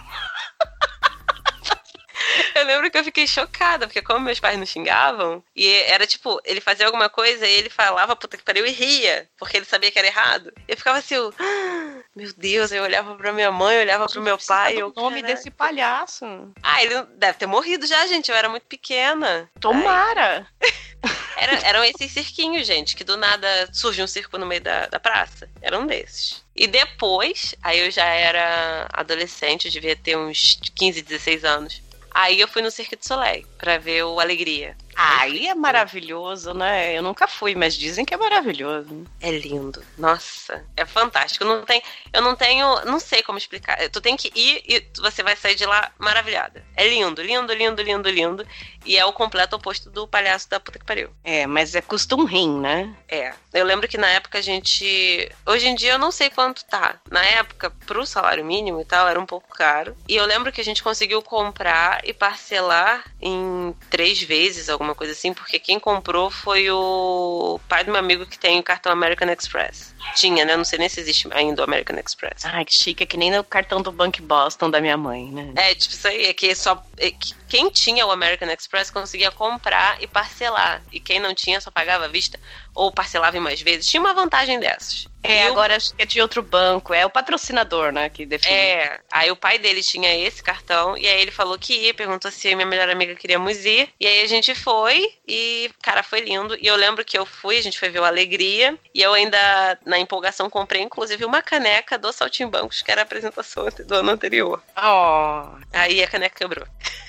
Eu lembro que eu fiquei chocada, porque como meus pais não xingavam, e era tipo, ele fazia alguma coisa e ele falava puta que pariu e ria, porque ele sabia que era errado. Eu ficava assim, meu Deus, eu olhava pra minha mãe, eu olhava pro meu pai. O nome desse palhaço. Ele deve ter morrido já, gente, eu era muito pequena. Tomara. Eram esses cirquinhos, gente, que do nada surge um circo no meio da praça. Era um desses. E depois, aí eu já era adolescente, eu devia ter uns 15, 16 anos. Aí eu fui no Cirque du Soleil pra ver o Alegria. Aí é maravilhoso, né? Eu nunca fui, mas dizem que é maravilhoso. É lindo. Nossa, é fantástico. Eu não sei como explicar. Tu tem que ir e você vai sair de lá maravilhada. É lindo, lindo, lindo, lindo, lindo. E é o completo oposto do palhaço da puta que pariu. É, mas custa um rim, né? Eu lembro que na época a gente... Hoje em dia eu não sei quanto tá. Na época, pro salário mínimo e tal, era um pouco caro. E eu lembro que a gente conseguiu comprar e parcelar em 3 vezes, alguma coisa assim, porque quem comprou foi o pai do meu amigo que tem o cartão American Express. Tinha, né? Não sei nem se existe ainda o American Express. Ai, que chique, é que nem no cartão do Bank Boston da minha mãe, né? Tipo isso aí, é que quem tinha o American Express conseguia comprar e parcelar. E quem não tinha só pagava à vista ou parcelava em mais vezes. Tinha uma vantagem dessas. Agora acho que é de outro banco. É o patrocinador, né, que define. Aí o pai dele tinha esse cartão. E aí ele falou que ia, perguntou se minha melhor amiga queríamos ir. E aí a gente foi. E, cara, foi lindo. E eu lembro que eu fui, a gente foi ver o Alegria. E eu ainda, na empolgação, comprei, inclusive, uma caneca do Saltimbancos, que era a apresentação do ano anterior. Aí a caneca quebrou.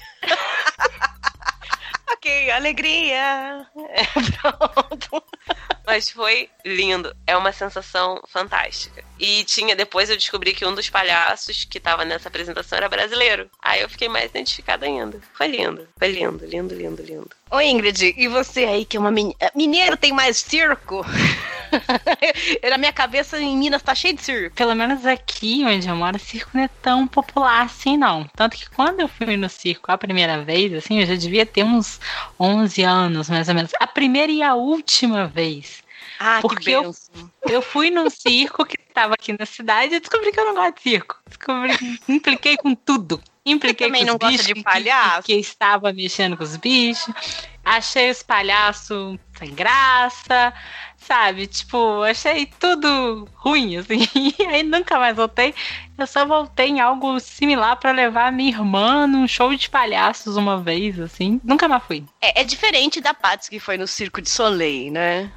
Ok, alegria. Pronto. Mas foi lindo. É uma sensação fantástica. E depois eu descobri que um dos palhaços que tava nessa apresentação era brasileiro. Aí eu fiquei mais identificada ainda. Foi lindo. Foi lindo, lindo, lindo, lindo. Ô Ingrid, e você aí que é uma mineiro tem mais circo? Na minha cabeça em Minas tá cheio de circo. Pelo menos aqui onde eu moro, o circo não é tão popular assim, não. Tanto que quando eu fui no circo a primeira vez, assim, eu já devia ter uns 11 anos, mais ou menos. A primeira e a última vez. Porque eu fui num circo que estava aqui na cidade e descobri que eu não gosto de circo. Impliquei com tudo. Impliquei com os bichos de palhaço. Que estava mexendo com os bichos. Achei os palhaços sem graça, sabe? Tipo, achei tudo ruim, assim. E aí nunca mais voltei. Eu só voltei em algo similar pra levar a minha irmã num show de palhaços uma vez, assim. Nunca mais fui. É diferente da Patsy que foi no Circo de Soleil, né?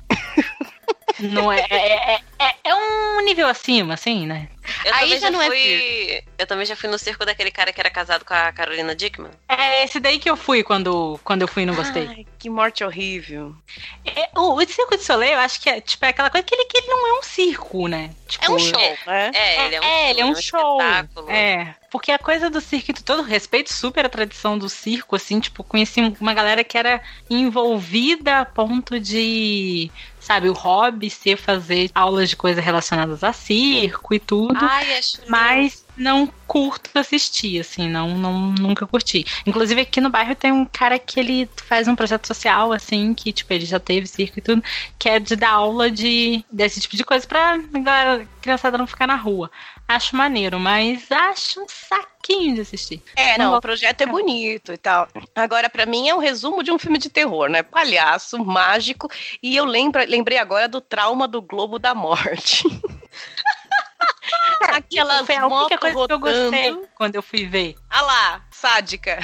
Não é um nível acima, assim, né? Eu também já fui no circo daquele cara que era casado com a Carolina Dickman. É esse daí que eu fui quando eu fui e não gostei. Ai, que morte horrível. O Circo de Soleil, eu acho que é tipo aquela coisa que ele não é um circo, né? Tipo, é um show, né? Ele é um show. Espetáculo. Porque a coisa do circo, com todo respeito, super a tradição do circo, assim, tipo, conheci uma galera que era envolvida a ponto de, sabe, o hobby ser fazer aulas de coisas relacionadas a circo e tudo. Mas não curto assistir, assim, nunca curti. Inclusive aqui no bairro tem um cara que ele faz um projeto social, assim, que, tipo, ele já teve circo e tudo, que é de dar aula desse tipo de coisa pra criançada não ficar na rua. Acho maneiro, mas acho um saquinho de assistir. O projeto é bonito e tal. Agora, pra mim, é um resumo de um filme de terror, né? Palhaço, mágico, e eu lembrei agora do trauma do Globo da Morte. Aquelas foi a única coisa rotando. Que eu gostei quando eu fui ver. Ah lá, sádica.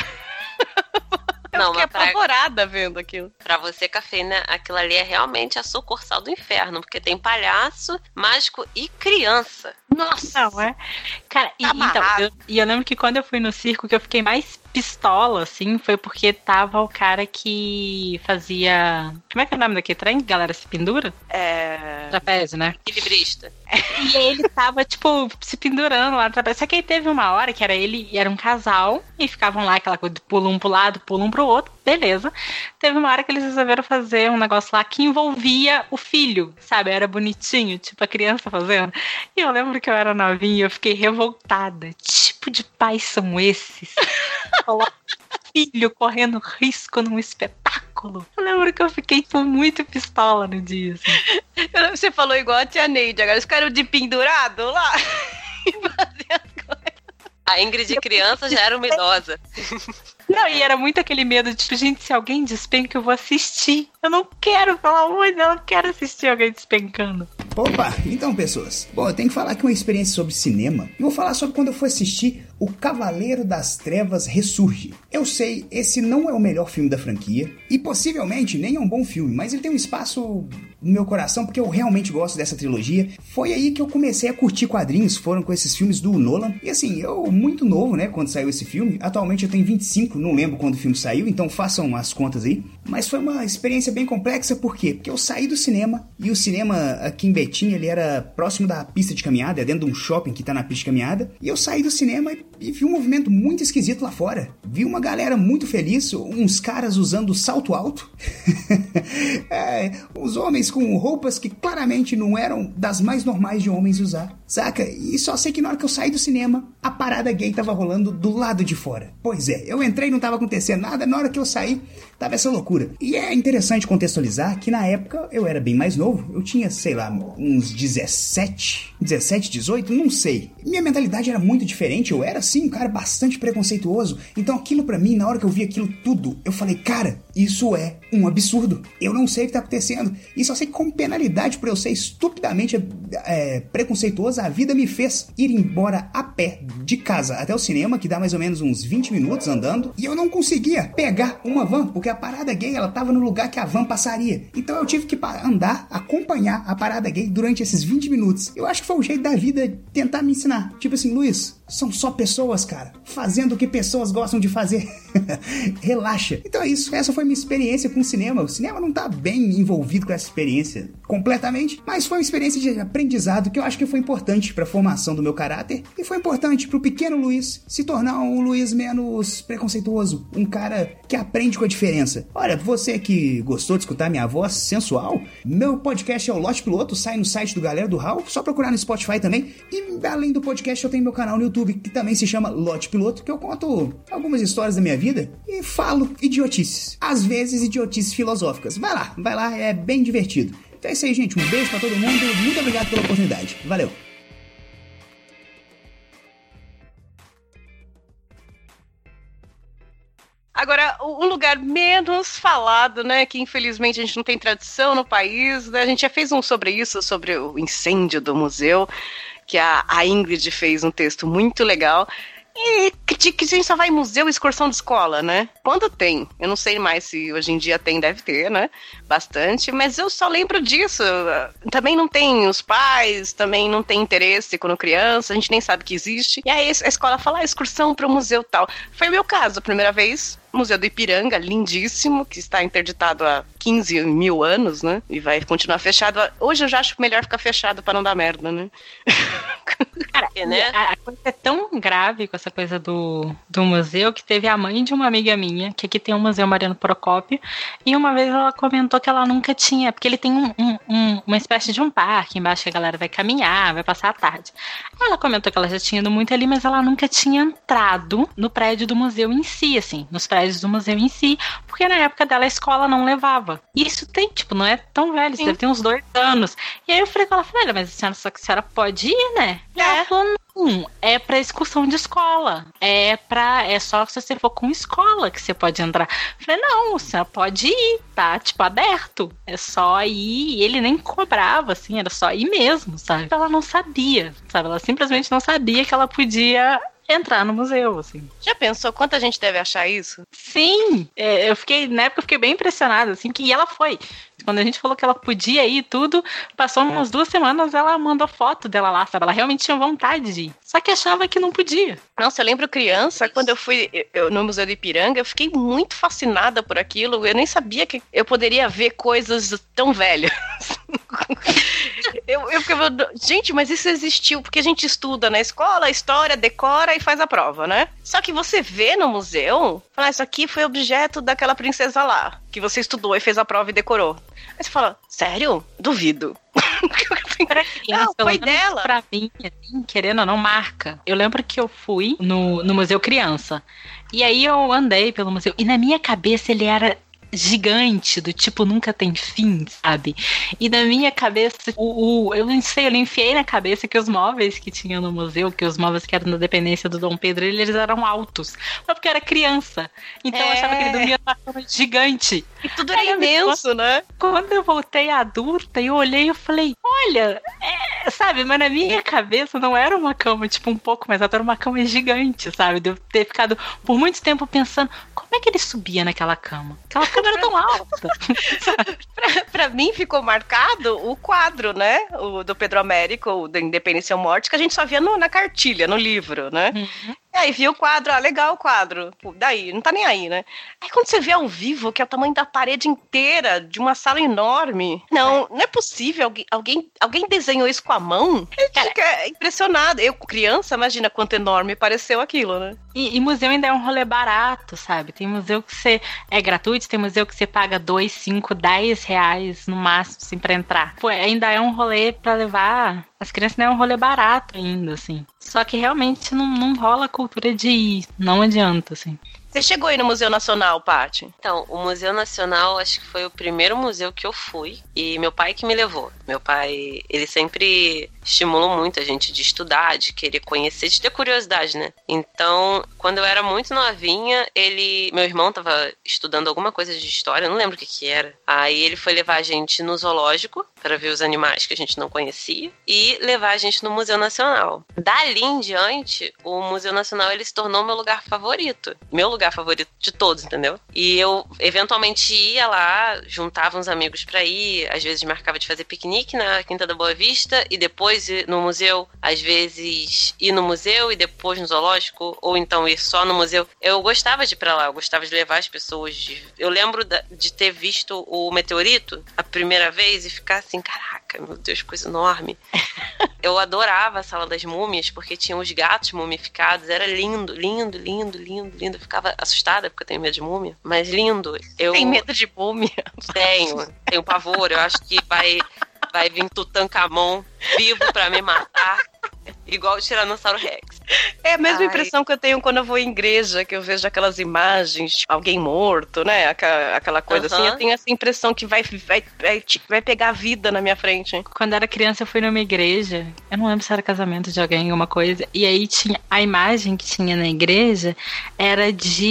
Eu fiquei apavorada vendo aquilo. Pra você, Cafeína, aquilo ali é realmente a sucursal do inferno, porque tem palhaço, mágico e criança. Nossa! Não, é? Cara, eu lembro que quando eu fui no circo, que eu fiquei mais pistola, assim, foi porque tava o cara que fazia... Como é que é o nome daquele trem? Galera se pendura? Trapézio, né? Equilibrista. E ele tava, tipo, se pendurando lá no trapézio. Só que aí teve uma hora que era um casal, e ficavam lá aquela coisa de pula um pro lado, pula um pro outro, beleza. Teve uma hora que eles resolveram fazer um negócio lá que envolvia o filho, sabe? Era bonitinho, tipo a criança fazendo. E eu lembro que eu era novinha e eu fiquei revoltada. Tipo de pais são esses? Coloca filho correndo risco num espetáculo. Eu lembro que eu fiquei muito pistola no dia, assim. Você falou igual a tia Neide, agora os caras de pendurado lá e fazer as coisas. A Ingrid criança já era uma idosa. Não, e era muito aquele medo de, tipo, gente, se alguém despenca, eu vou assistir. Eu não quero, pelo amor de Deus, eu não quero assistir alguém despencando. Opa, então, pessoas. Bom, eu tenho que falar aqui uma experiência sobre cinema. E vou falar sobre quando eu fui assistir O Cavaleiro das Trevas Ressurge. Eu sei, esse não é o melhor filme da franquia. E possivelmente nem é um bom filme, mas ele tem um espaço no meu coração porque eu realmente gosto dessa trilogia. Foi aí que eu comecei a curtir quadrinhos, foram com esses filmes do Nolan. E assim, eu muito novo, né, quando saiu esse filme. Atualmente eu tenho 25, não lembro quando o filme saiu, então façam as contas aí. Mas foi uma experiência bem complexa, por quê? Porque eu saí do cinema, e o cinema aqui em Betim, ele era próximo da pista de caminhada, é dentro de um shopping que tá na pista de caminhada, e eu saí do cinema e vi um movimento muito esquisito lá fora. Vi uma galera muito feliz, uns caras usando salto alto, uns homens com roupas que claramente não eram das mais normais de homens usar, saca? E só sei que na hora que eu saí do cinema, a parada gay tava rolando do lado de fora. Pois é, eu entrei e não tava acontecendo nada, na hora que eu saí, tava essa loucura. E é interessante contextualizar que na época eu era bem mais novo, eu tinha, sei lá, uns 17, 18, não sei. Minha mentalidade era muito diferente, eu era assim, um cara bastante preconceituoso. Então aquilo pra mim, na hora que eu vi aquilo tudo, eu falei, cara, isso é um absurdo. Eu não sei o que tá acontecendo. E só sei que como penalidade por eu ser estupidamente preconceituoso, a vida me fez ir embora a pé de casa até o cinema, que dá mais ou menos uns 20 minutos andando, e eu não conseguia pegar uma van, porque a parada gay, ela tava no lugar que a van passaria. Então eu tive que andar, acompanhar a parada gay durante esses 20 minutos. Eu acho que foi o jeito da vida tentar me ensinar. Tipo assim, Luiz, são só pessoas, cara, fazendo o que pessoas gostam de fazer. Relaxa. Então é isso, essa foi minha experiência com o cinema. O cinema não tá bem envolvido com essa experiência completamente, mas foi uma experiência de aprendizado que eu acho que foi importante pra formação do meu caráter e foi importante pro pequeno Luiz se tornar um Luiz menos preconceituoso, um cara que aprende com a diferença. Olha, você que gostou de escutar minha voz sensual, meu podcast é o Lote Piloto, sai no site do Galera do Hall, só procurar no Spotify também. E além do podcast eu tenho meu canal no YouTube que também se chama Lote Piloto, que eu conto algumas histórias da minha vida e falo idiotices, às vezes idiotices filosóficas. Vai lá, é bem divertido. Então é isso aí, gente, um beijo pra todo mundo, muito obrigado pela oportunidade, valeu. Agora, um lugar menos falado, né, que infelizmente a gente não tem tradição no país, né, a gente já fez um sobre isso, sobre o incêndio do museu, que a Ingrid fez um texto muito legal, e que a gente só vai em museu e excursão de escola, né? Quando tem, eu não sei mais se hoje em dia tem, deve ter, né? Bastante, mas eu só lembro disso. Também não tem os pais, também não tem interesse quando criança, a gente nem sabe que existe. E aí a escola fala, excursão para o museu tal. Foi o meu caso, a primeira vez, Museu do Ipiranga, lindíssimo, que está interditado há 15 mil anos, né? E vai continuar fechado. Hoje eu já acho melhor ficar fechado para não dar merda, né? Cara, né? A coisa é tão grave com essa coisa do museu que teve a mãe de uma amiga minha, que aqui tem um museu Mariano Procópio, e uma vez ela comentou que ela nunca tinha, porque ele tem uma espécie de um parque embaixo que a galera vai caminhar, vai passar a tarde. Ela comentou que ela já tinha ido muito ali, mas ela nunca tinha entrado no prédio do museu em si, assim, nos prédios do museu em si, porque na época dela a escola não levava. E isso tem, tipo, não é tão velho, isso deve ter uns 2 anos. E aí eu falei com ela, mas a senhora, só que a senhora pode ir, né? E ela falou, não, é pra excursão de escola. É só se você for com escola que você pode entrar. Eu falei, não, você pode ir, tá, tipo, aberto. É só ir. E ele nem cobrava, assim, era só ir mesmo, sabe? Ela não sabia, sabe? Ela simplesmente não sabia que ela podia entrar no museu, assim. Já pensou quanta gente deve achar isso? Sim! Na época eu fiquei bem impressionada, assim, e ela foi. Quando a gente falou que ela podia ir e tudo, passou umas 2 semanas, ela mandou foto dela lá, sabe? Ela realmente tinha vontade de ir. Só que achava que não podia. Nossa, eu lembro criança, quando eu fui no Museu do Ipiranga, eu fiquei muito fascinada por aquilo. Eu nem sabia que eu poderia ver coisas tão velhas. Eu ficava, gente, mas isso existiu, porque a gente estuda na escola, história, decora e faz a prova, né? Só que você vê no museu, fala, isso aqui foi objeto daquela princesa lá, que você estudou e fez a prova e decorou. Aí você fala, sério? Duvido. Pra criança, não, foi dela. Pra mim, assim, querendo ou não, marca. Eu lembro que eu fui no Museu Criança, e aí eu andei pelo museu, e na minha cabeça ele era gigante, do tipo nunca tem fim, sabe? E na minha cabeça, eu não sei, eu enfiei na cabeça que os móveis que tinha no museu, que os móveis que eram da dependência do Dom Pedro, eles eram altos. Mas porque eu era criança. Então eu achava que ele dormia numa cama gigante. E tudo era imenso, né? Quando eu voltei adulta, eu olhei e falei, olha, sabe? Mas na minha cabeça não era uma cama, tipo, um pouco mais alta, era uma cama gigante, sabe? De eu ter ficado por muito tempo pensando, como é que ele subia naquela cama? Aquela cama era tão alta. pra mim ficou marcado o quadro, né? O do Pedro Américo, o da Independência ou Morte, que a gente só via na cartilha, no livro, né? Uhum. E aí viu o quadro, legal o quadro. Daí, não tá nem aí, né? Aí quando você vê ao vivo, que é o tamanho da parede inteira, de uma sala enorme. Não é possível. Alguém desenhou isso com a mão? Fica impressionado. Eu, criança, imagina quanto enorme pareceu aquilo, né? E museu ainda é um rolê barato, sabe? Tem museu que você é gratuito, tem museu que você paga 2, 5, 10 reais no máximo, assim, pra entrar. Pô, ainda é um rolê pra levar as crianças, ainda é um rolê barato ainda, assim. Só que realmente não rola a cultura de ir, não adianta, assim. Você chegou aí no Museu Nacional, Paty? Então, o Museu Nacional acho que foi o primeiro museu que eu fui e meu pai que me levou. Meu pai, ele sempre estimulou muito a gente de estudar, de querer conhecer, de ter curiosidade, né? Então, quando eu era muito novinha, meu irmão tava estudando alguma coisa de história, eu não lembro o que era. Aí ele foi levar a gente no zoológico para ver os animais que a gente não conhecia e levar a gente no Museu Nacional. Dali em diante, o Museu Nacional ele se tornou meu lugar favorito. Meu lugar favorito de todos, entendeu? E eu eventualmente ia lá, juntava uns amigos pra ir, às vezes marcava de fazer piquenique na Quinta da Boa Vista e depois ir no museu, às vezes ir no museu e depois no zoológico, ou então ir só no museu. Eu gostava de ir pra lá, eu gostava de levar as pessoas. Eu lembro de ter visto o meteorito a primeira vez e ficar assim, caraca, meu Deus, coisa enorme. Eu adorava a Sala das Múmias porque tinha os gatos mumificados, era lindo, lindo, lindo, lindo, lindo. Eu ficava assustada porque eu tenho medo de múmia, mas lindo. Tem medo de múmia? Tenho pavor, eu acho que vai vir Tutankhamon vivo pra me matar, igual o Tiranossauro Rex. É a mesma impressão que eu tenho quando eu vou em igreja, que eu vejo aquelas imagens, tipo, alguém morto, né? Aquela coisa assim. Eu tenho essa impressão que vai pegar vida na minha frente. Quando eu era criança, eu fui numa igreja, eu não lembro se era casamento de alguém, alguma coisa, e aí tinha a imagem que tinha na igreja era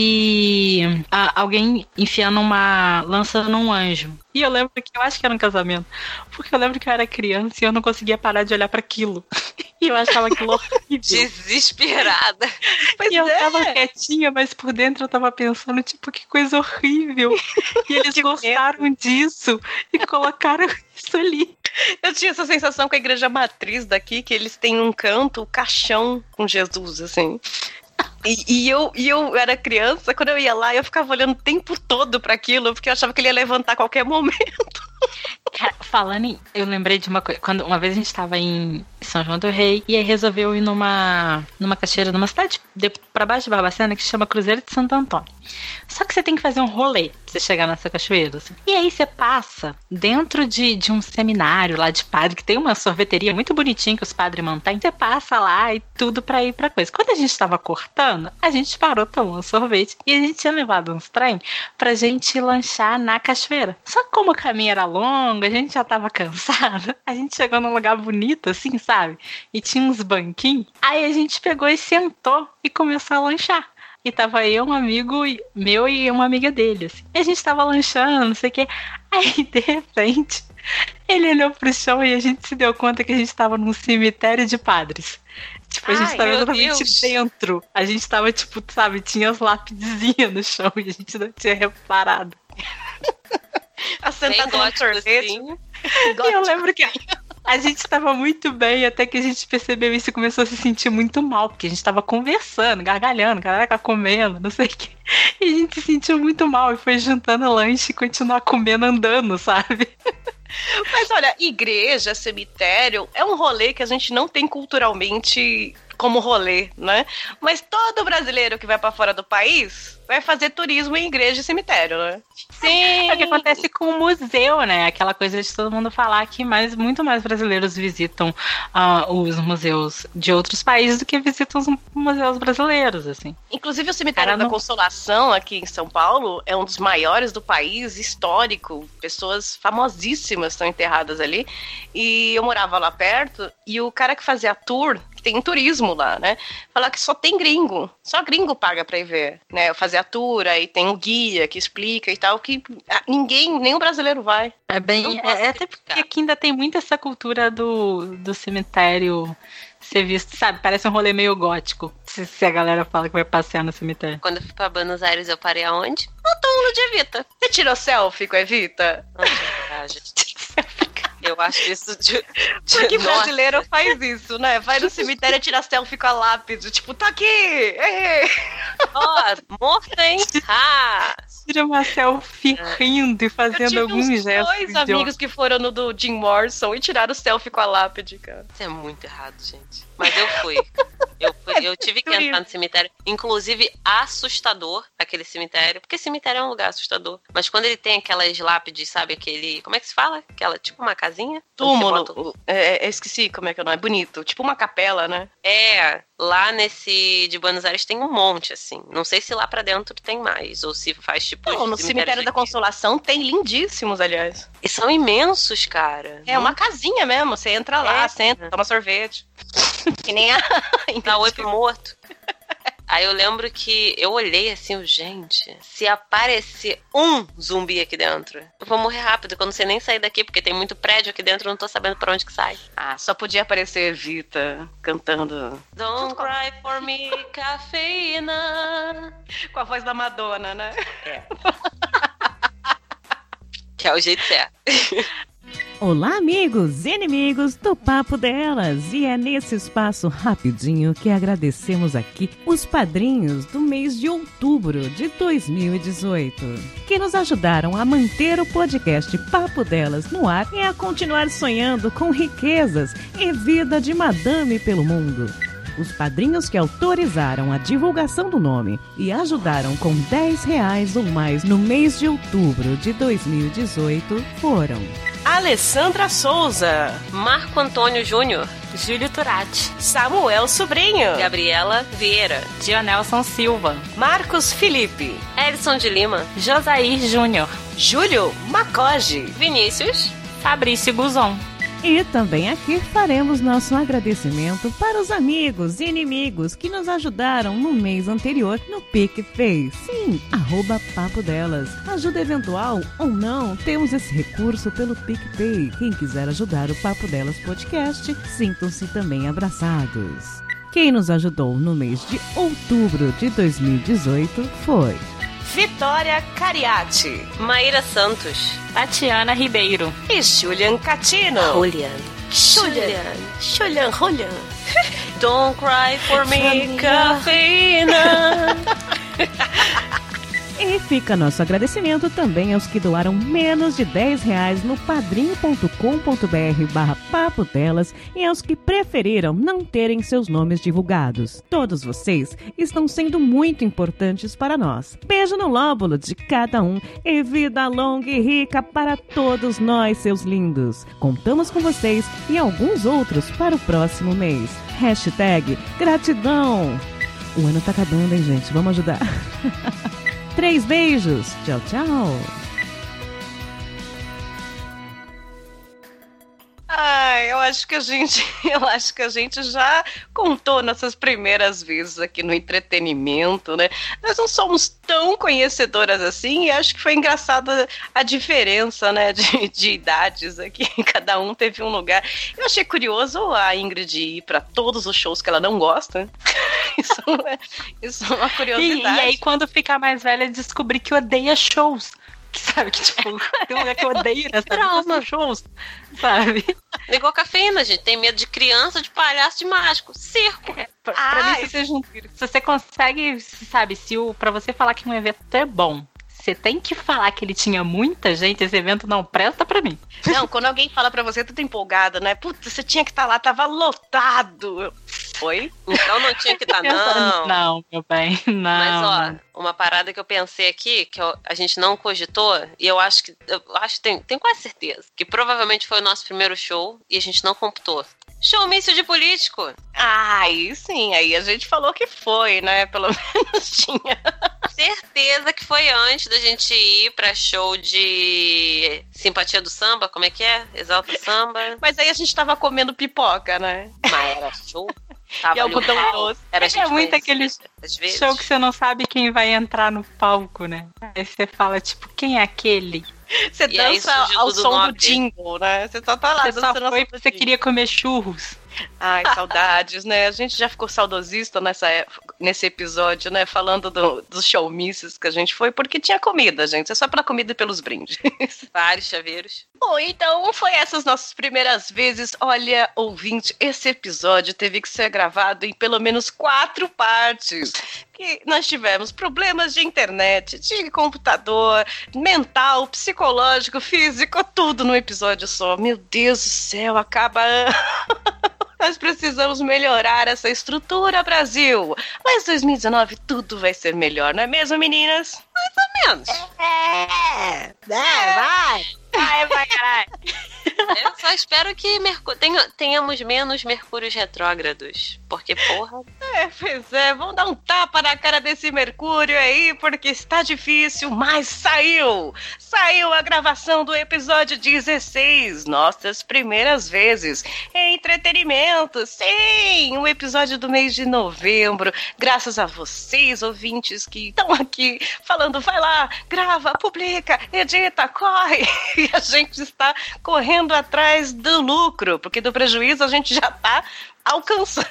de alguém enfiando uma lança num anjo. E eu lembro que eu acho que era um casamento, porque eu lembro que eu era criança e eu não conseguia parar de olhar pra aquilo. E eu achava aquilo horrível. Desesperada. E eu tava quietinha, mas por dentro eu tava pensando, tipo, que coisa horrível. E eles gostaram disso e colocaram isso ali. Eu tinha essa sensação com a igreja matriz daqui, que eles têm um canto, o caixão com Jesus, assim. E eu era criança, quando eu ia lá, eu ficava olhando o tempo todo pra aquilo, porque eu achava que ele ia levantar a qualquer momento. Cara, falando em... Eu lembrei de uma coisa. Quando uma vez a gente tava em São João do Rei, e aí resolveu ir numa cachoeira, numa cidade pra baixo de Barbacena, que se chama Cruzeiro de Santo Antônio. Só que você tem que fazer um rolê pra você chegar nessa cachoeira, assim. E aí você passa dentro de um seminário lá de padre, que tem uma sorveteria muito bonitinha que os padres mantêm. Você passa lá e tudo pra ir pra coisa. Quando a gente tava cortando, a gente parou, tomou um sorvete, e a gente tinha levado uns trem pra gente lanchar na cachoeira. Só que como o caminho era longo, a gente já tava cansado, a gente chegou num lugar bonito, assim, sabe? E tinha uns banquinhos. Aí a gente pegou e sentou e começou a lanchar. E tava eu, um amigo meu e uma amiga dele, assim. E a gente tava lanchando, não sei o quê. Aí, de repente, ele olhou pro chão e a gente se deu conta que a gente tava num cemitério de padres. Tipo, a gente tava exatamente dentro. A gente tava, tipo, sabe, tinha as lápidezinhas no chão e a gente não tinha reparado. Assentado no sorvete. E eu lembro que a gente tava muito bem, até que a gente percebeu isso e começou a se sentir muito mal, porque a gente tava conversando, gargalhando, caraca, comendo, não sei o que. E a gente se sentiu muito mal e foi juntando lanche e continuar comendo andando, sabe? Mas olha, igreja, cemitério, é um rolê que a gente não tem culturalmente como rolê, né? Mas todo brasileiro que vai pra fora do país vai fazer turismo em igreja e cemitério, né? Sim! É o que acontece com o museu, né? Aquela coisa de todo mundo falar que muito mais brasileiros visitam os museus de outros países do que visitam os museus brasileiros, assim. Inclusive o Cemitério da Consolação, aqui em São Paulo, é um dos maiores do país, histórico. Pessoas famosíssimas estão enterradas ali. E eu morava lá perto, e o cara que fazia tour, que tem turismo lá, né? Falar que só tem gringo. Só gringo paga pra ir ver, né? Fazer a tour, aí tem o guia que explica e tal, que nenhum brasileiro vai. É bem... até porque aqui ainda tem muito essa cultura do cemitério ser visto, sabe? Parece um rolê meio gótico. Se a galera fala que vai passear no cemitério. Quando eu fui pra Buenos Aires, eu parei aonde? No túmulo de Evita. Você tirou selfie com a Evita? Não, gente. Eu acho isso de porque brasileiro faz isso, né? Vai no cemitério e tira selfie com a lápide. Tipo, tá aqui! Ó, morto, hein? Tira uma selfie rindo e fazendo algum gesto. Eu tive dois amigos que foram no do Jim Morrison e tiraram selfie com a lápide, cara. Isso é muito errado, gente. Mas eu fui. Eu tive que entrar no cemitério. Inclusive, assustador aquele cemitério. Porque cemitério é um lugar assustador. Mas quando ele tem aquelas lápides, sabe? Aquele... Como é que se fala? Aquela, tipo uma casinha? Túmulo. Esqueci como é que é o nome. É bonito. Tipo uma capela, né? Lá nesse de Buenos Aires tem um monte, assim. Não sei se lá pra dentro tem mais. Ou se faz tipo... Não, no cemitério da Consolação tem lindíssimos, aliás. E são imensos, cara. É uma casinha mesmo. Você entra lá, senta, toma sorvete. Que nem a... Dá oi pro morto. Aí eu lembro que eu olhei assim, gente, se aparecer um zumbi aqui dentro, eu vou morrer rápido, que eu não sei nem sair daqui, porque tem muito prédio aqui dentro, eu não tô sabendo pra onde que sai. Só podia aparecer Evita cantando Don't cry for me, cafeína. Com a voz da Madonna, né? Que é o jeito certo. Olá, amigos e inimigos do Papo Delas! E é nesse espaço rapidinho que agradecemos aqui os padrinhos do mês de outubro de 2018, que nos ajudaram a manter o podcast Papo Delas no ar e a continuar sonhando com riquezas e vida de madame pelo mundo. Os padrinhos que autorizaram a divulgação do nome e ajudaram com R$10 ou mais no mês de outubro de 2018 foram... Alessandra Souza, Marco Antônio Júnior, Júlio Turati, Samuel Sobrinho, Gabriela Vieira, Dionelson Silva, Marcos Felipe, Edson de Lima, Josair Júnior, Júlio Macoge, Vinícius, Fabrício Guzon. E também aqui faremos nosso agradecimento para os amigos e inimigos que nos ajudaram no mês anterior no PicPay. Sim, @Papo Delas. Ajuda eventual ou não, temos esse recurso pelo PicPay. Quem quiser ajudar o Papo Delas Podcast, sintam-se também abraçados. Quem nos ajudou no mês de outubro de 2018 foi... Vitória Cariati, Maíra Santos, Tatiana Ribeiro e Julian Catino. Julian. Don't cry for me, cafeína. E fica nosso agradecimento também aos que doaram menos de R$10 no padrim.com.br/Papo Delas e aos que preferiram não terem seus nomes divulgados. Todos vocês estão sendo muito importantes para nós. Beijo no lóbulo de cada um e vida longa e rica para todos nós, seus lindos. Contamos com vocês e alguns outros para o próximo mês. #gratidão. O ano tá acabando, hein, gente? Vamos ajudar. 3 beijos. Tchau, tchau. Eu acho que a gente já contou nossas primeiras vezes aqui no entretenimento, né? Nós não somos tão conhecedoras assim e acho que foi engraçada a diferença, né, de idades aqui. Cada um teve um lugar. Eu achei curioso a Ingrid ir para todos os shows que ela não gosta. Isso é uma curiosidade. E aí, quando ficar mais velha, descobri que odeia shows. Que sabe que, tipo, tem um lugar que eu odeio nessa shows, sabe? Ligou a cafeína, gente. Tem medo de criança, de palhaço, de mágico. Circo. Pra mim, se você consegue, sabe, pra você falar que um evento é bom, você tem que falar que ele tinha muita gente, esse evento não presta pra mim. Não, quando alguém fala pra você, tu tá empolgada, né? Putz, você tinha que estar lá, tava lotado. Foi? Então não tinha que estar, não. Não, meu bem, não. Mas, ó, uma parada que eu pensei aqui, que a gente não cogitou, e eu acho que tenho quase certeza, que provavelmente foi o nosso primeiro show e a gente não computou. Showmício de político. Aí sim, aí a gente falou que foi, né? Pelo menos tinha. Certeza que foi antes da gente ir pra show de Simpatia do Samba, como é que é? Exalta Samba. Mas aí a gente tava comendo pipoca, né? Mas era show. E algodão doce. É muito aquele show que você não sabe quem vai entrar no palco, né? Aí você fala, tipo, quem é aquele? Você dança ao som do jingle, né? Você só tá lá dançando. Você só foi porque você queria comer churros. Ai, saudades, né? A gente já ficou saudosista nesse episódio, né? Falando dos showmícios que a gente foi, porque tinha comida, gente. É só pela comida e pelos brindes. Vários chaveiros. Bom, então foi essas nossas primeiras vezes. Olha, ouvinte, esse episódio teve que ser gravado em pelo menos 4 partes. Que nós tivemos problemas de internet, de computador, mental, psicológico, físico, tudo num episódio só. Meu Deus do céu, acaba Nós precisamos melhorar essa estrutura, Brasil. Mas 2019 tudo vai ser melhor, não é mesmo, meninas? Mais ou menos. Vai, caralho. Eu só espero que tenhamos menos Mercúrios retrógrados. Porque, porra... Pois é, vamos dar um tapa na cara desse Mercúrio aí, porque está difícil, mas saiu! Saiu a gravação do episódio 16, nossas primeiras vezes. Entretenimento, sim! O episódio do mês de novembro, graças a vocês, ouvintes, que estão aqui falando, vai lá, grava, publica, edita, corre! E a gente está correndo atrás do lucro, porque do prejuízo a gente já está alcançando.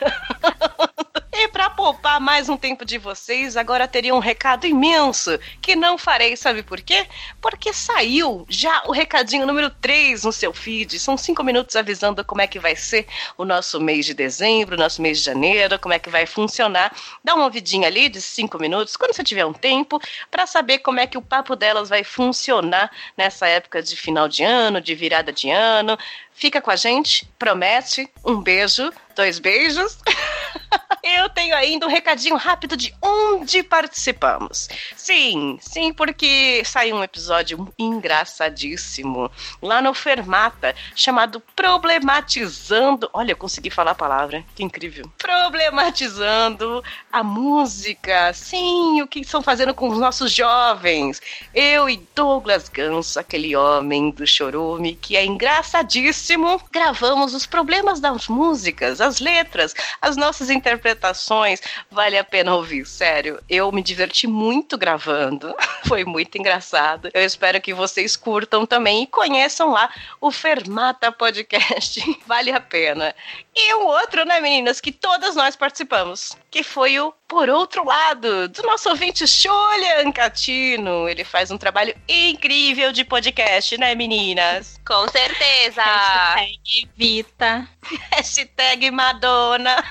E para poupar mais um tempo de vocês, agora teria um recado imenso, que não farei, sabe por quê? Porque saiu já o recadinho número 3 no seu feed. São 5 minutos avisando como é que vai ser o nosso mês de dezembro, o nosso mês de janeiro, como é que vai funcionar. Dá uma ouvidinha ali de 5 minutos, quando você tiver um tempo, para saber como é que o Papo Delas vai funcionar nessa época de final de ano, de virada de ano. Fica com a gente, promete, um beijo, 2 beijos. Eu tenho ainda um recadinho rápido de onde participamos. Sim, porque saiu um episódio engraçadíssimo lá no Fermata, chamado Problematizando... Olha, eu consegui falar a palavra, que incrível. Problematizando a música. Sim, o que estão fazendo com os nossos jovens. Eu e Douglas Ganso, aquele homem do chorume, que é engraçadíssimo, gravamos os problemas das músicas, as letras, as nossas interpretações. Vale a pena ouvir, sério. Eu me diverti muito gravando. Foi muito engraçado. Eu espero que vocês curtam também e conheçam lá o Fermata Podcast. Vale a pena. E um outro, né, meninas, que todas nós participamos, que foi o Por Outro Lado, do nosso ouvinte Xolian Catino. Ele faz um trabalho incrível de podcast, né, meninas? Com certeza! Hashtag Evita. Hashtag Madonna.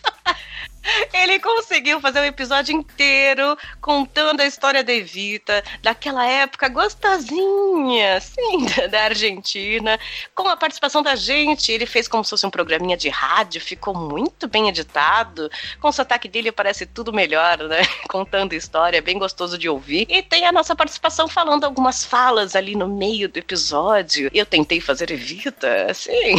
Ele conseguiu fazer um episódio inteiro contando a história da Evita, daquela época gostosinha, assim, da Argentina, com a participação da gente. Ele fez como se fosse um programinha de rádio, ficou muito bem editado, com o sotaque dele parece tudo melhor, né? Contando história, bem gostoso de ouvir. E tem a nossa participação falando algumas falas ali no meio do episódio. Eu tentei fazer Evita, assim...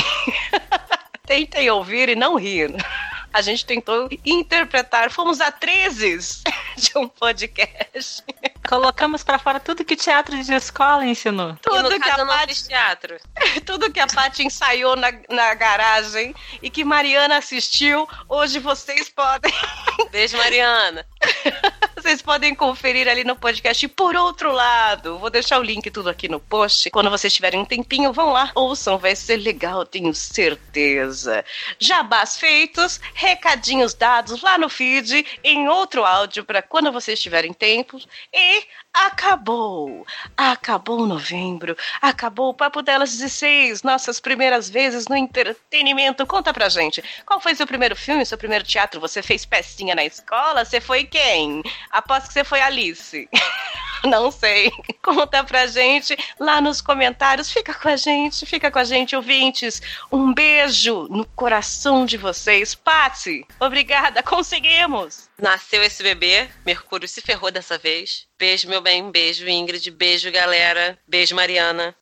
Tentei ouvir e não rir. A gente tentou interpretar, fomos atrizes de um podcast. Colocamos pra fora tudo que o teatro de escola ensinou. Tudo que a Paty teatro. Tudo que a Paty ensaiou na garagem e que Mariana assistiu, hoje vocês podem. Beijo, Mariana. Vocês podem conferir ali no podcast. Por Outro Lado, vou deixar o link tudo aqui no post. Quando vocês tiverem um tempinho, vão lá, ouçam, vai ser legal, tenho certeza. Jabás feitos, recadinhos dados lá no feed, em outro áudio para quando vocês tiverem tempo. E acabou novembro, acabou o Papo Delas 16, nossas primeiras vezes no entretenimento. Conta pra gente, qual foi seu primeiro filme, seu primeiro teatro? Você fez pecinha na escola? Você foi quem? Aposto que você foi Alice. Não sei. Conta pra gente lá nos comentários. Fica com a gente, ouvintes. Um beijo no coração de vocês. Paty, obrigada, conseguimos. Nasceu esse bebê, Mercúrio se ferrou dessa vez. Beijo, meu bem, beijo, Ingrid, beijo, galera. Beijo, Mariana.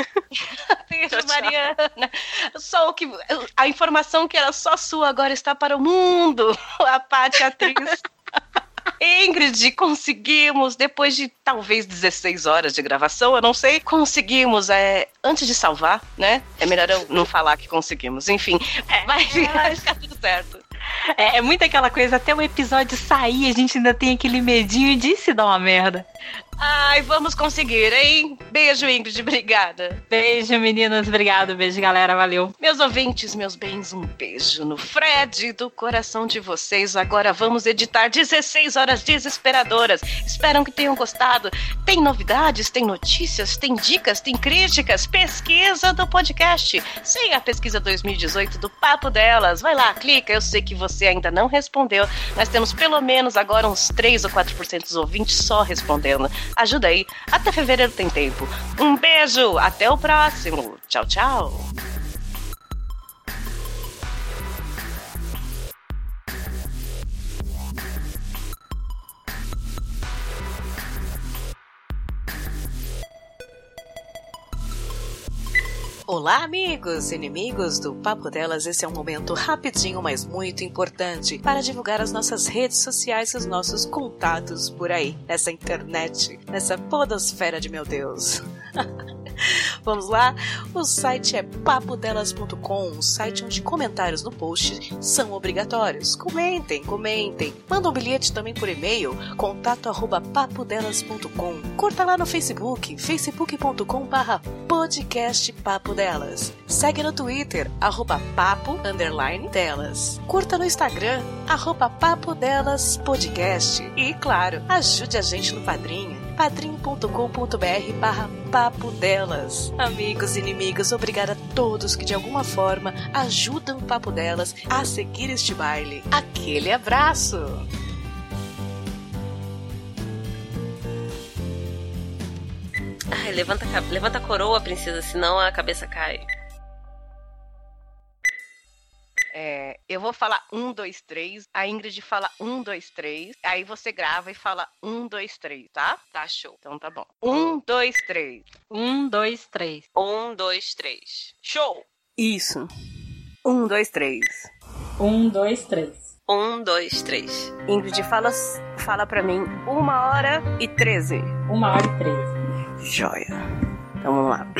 Beijo, Mariana. Só o que a informação que era só sua agora está para o mundo. A Paty, atriz. Ingrid, conseguimos, depois de talvez 16 horas de gravação, eu não sei, conseguimos, antes de salvar, né? É melhor eu não falar que conseguimos, enfim, vai ficar tudo certo. É muito aquela coisa, até o episódio sair, a gente ainda tem aquele medinho de se dar uma merda. Ai, vamos conseguir, hein? Beijo, Ingrid, obrigada. Beijo, meninas, obrigado. Beijo, galera, valeu. Meus ouvintes, meus bens, um beijo no Fred do coração de vocês. Agora vamos editar 16 horas desesperadoras. Espero que tenham gostado. Tem novidades, tem notícias, tem dicas, tem críticas, pesquisa do podcast. Sim, a pesquisa 2018 do Papo Delas. Vai lá, clica, eu sei que você ainda não respondeu. Nós temos pelo menos agora uns 3 ou 4% dos ouvintes só respondendo. Ajuda aí, até fevereiro tem tempo. Um beijo, até o próximo. Tchau, tchau. Olá, amigos e inimigos do Papo Delas. Esse é um momento rapidinho, mas muito importante para divulgar as nossas redes sociais e os nossos contatos por aí, nessa internet, nessa podosfera de meu Deus. Vamos lá? O site é papodelas.com, um site onde comentários no post são obrigatórios. Comentem. Manda um bilhete também por e-mail, contato@papodelas.com. Curta lá no Facebook, facebook.com/podcast Papo Delas. Segue no Twitter, @papo_delas. Curta no Instagram, @Papo Delas Podcast. E, claro, ajude a gente no Padrinho, padrim.com.br/Papo Delas. Amigos e inimigos, obrigada a todos que de alguma forma ajudam o Papo Delas a seguir este baile. Aquele abraço! Ai, levanta a coroa, princesa, senão a cabeça cai. Eu vou falar 1, 2, 3. A Ingrid fala 1, 2, 3. Aí você grava e fala 1, 2, 3, tá? Tá, show. Então tá bom. 1, 2, 3. 1, 2, 3. 1, 2, 3. Show! Isso. 1, 2, 3. 1, 2, 3. 1, 2, 3. Ingrid, fala pra mim 1h13. 1h13. Joia. Então vamos lá.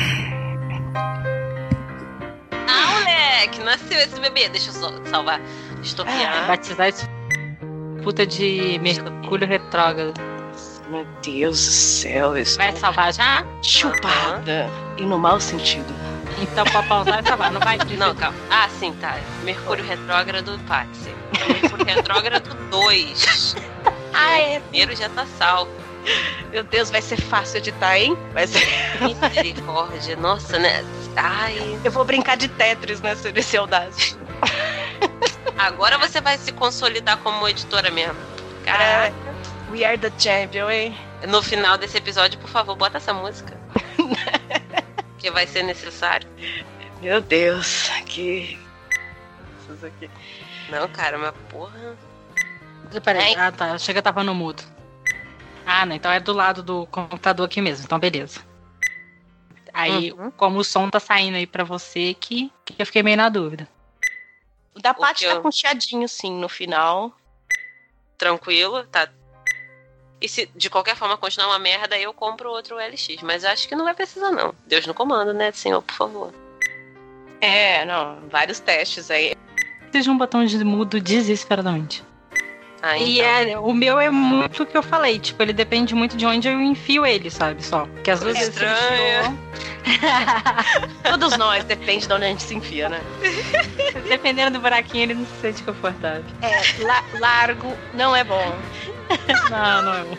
Ah, moleque, nasceu esse bebê. Deixa eu salvar. Estopiar. Batizar esse puta de Mercúrio retrógrado. Meu Deus do céu. Isso Vai salvar já? chupada. E no mau sentido. Então pra pausar e salvar, não vai dizer. Não, calma. Ah, sim, tá. Mercúrio retrógrado, pode ser. Mercúrio retrógrado 2. Primeiro já tá salvo. Meu Deus, vai ser fácil editar, hein? Vai ser. Misericórdia. Nossa, né? Ai. Eu vou brincar de Tetris nesse Audacity. Agora você vai se consolidar como editora mesmo. Caraca. We are the champion, hein? No final desse episódio, por favor, bota essa música. Que vai ser necessário. Meu Deus, que... Isso aqui. Não, cara, mas porra... Peraí, tá, chega, tava no mudo. Ah, não, então é do lado do computador aqui mesmo, então beleza. Aí, como o som tá saindo aí pra você, que eu fiquei meio na dúvida. O da Paty tá com chiadinho, sim, no final. Tranquilo, tá. E se de qualquer forma continuar uma merda, eu compro outro LX. Mas acho que não vai precisar, não. Deus no comando, né, senhor, por favor. Não, vários testes aí. Seja um botão de mudo desesperadamente. Ah, então. E o meu é muito o que eu falei, tipo, ele depende muito de onde eu enfio ele, sabe, só. Porque às vezes estranho. Todos nós, depende de onde a gente se enfia, né? Dependendo do buraquinho, ele não se sente confortável. Largo não é bom. Não é bom.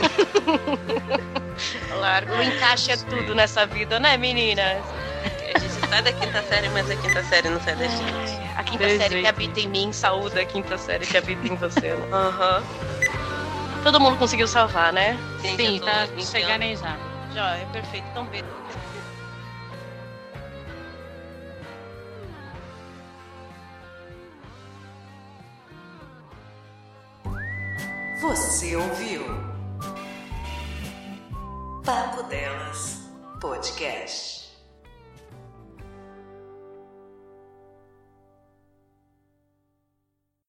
Largo, o encaixe é tudo nessa vida, né, meninas? A gente sai da quinta série, mas a quinta série não sai da gente. A quinta série que habita em mim, saúda a quinta série que habita em você. Aham. Todo mundo conseguiu salvar, né? Sim, tá chegando aí já. Já, é perfeito. Então, beleza. Você ouviu? Papo Delas Podcast.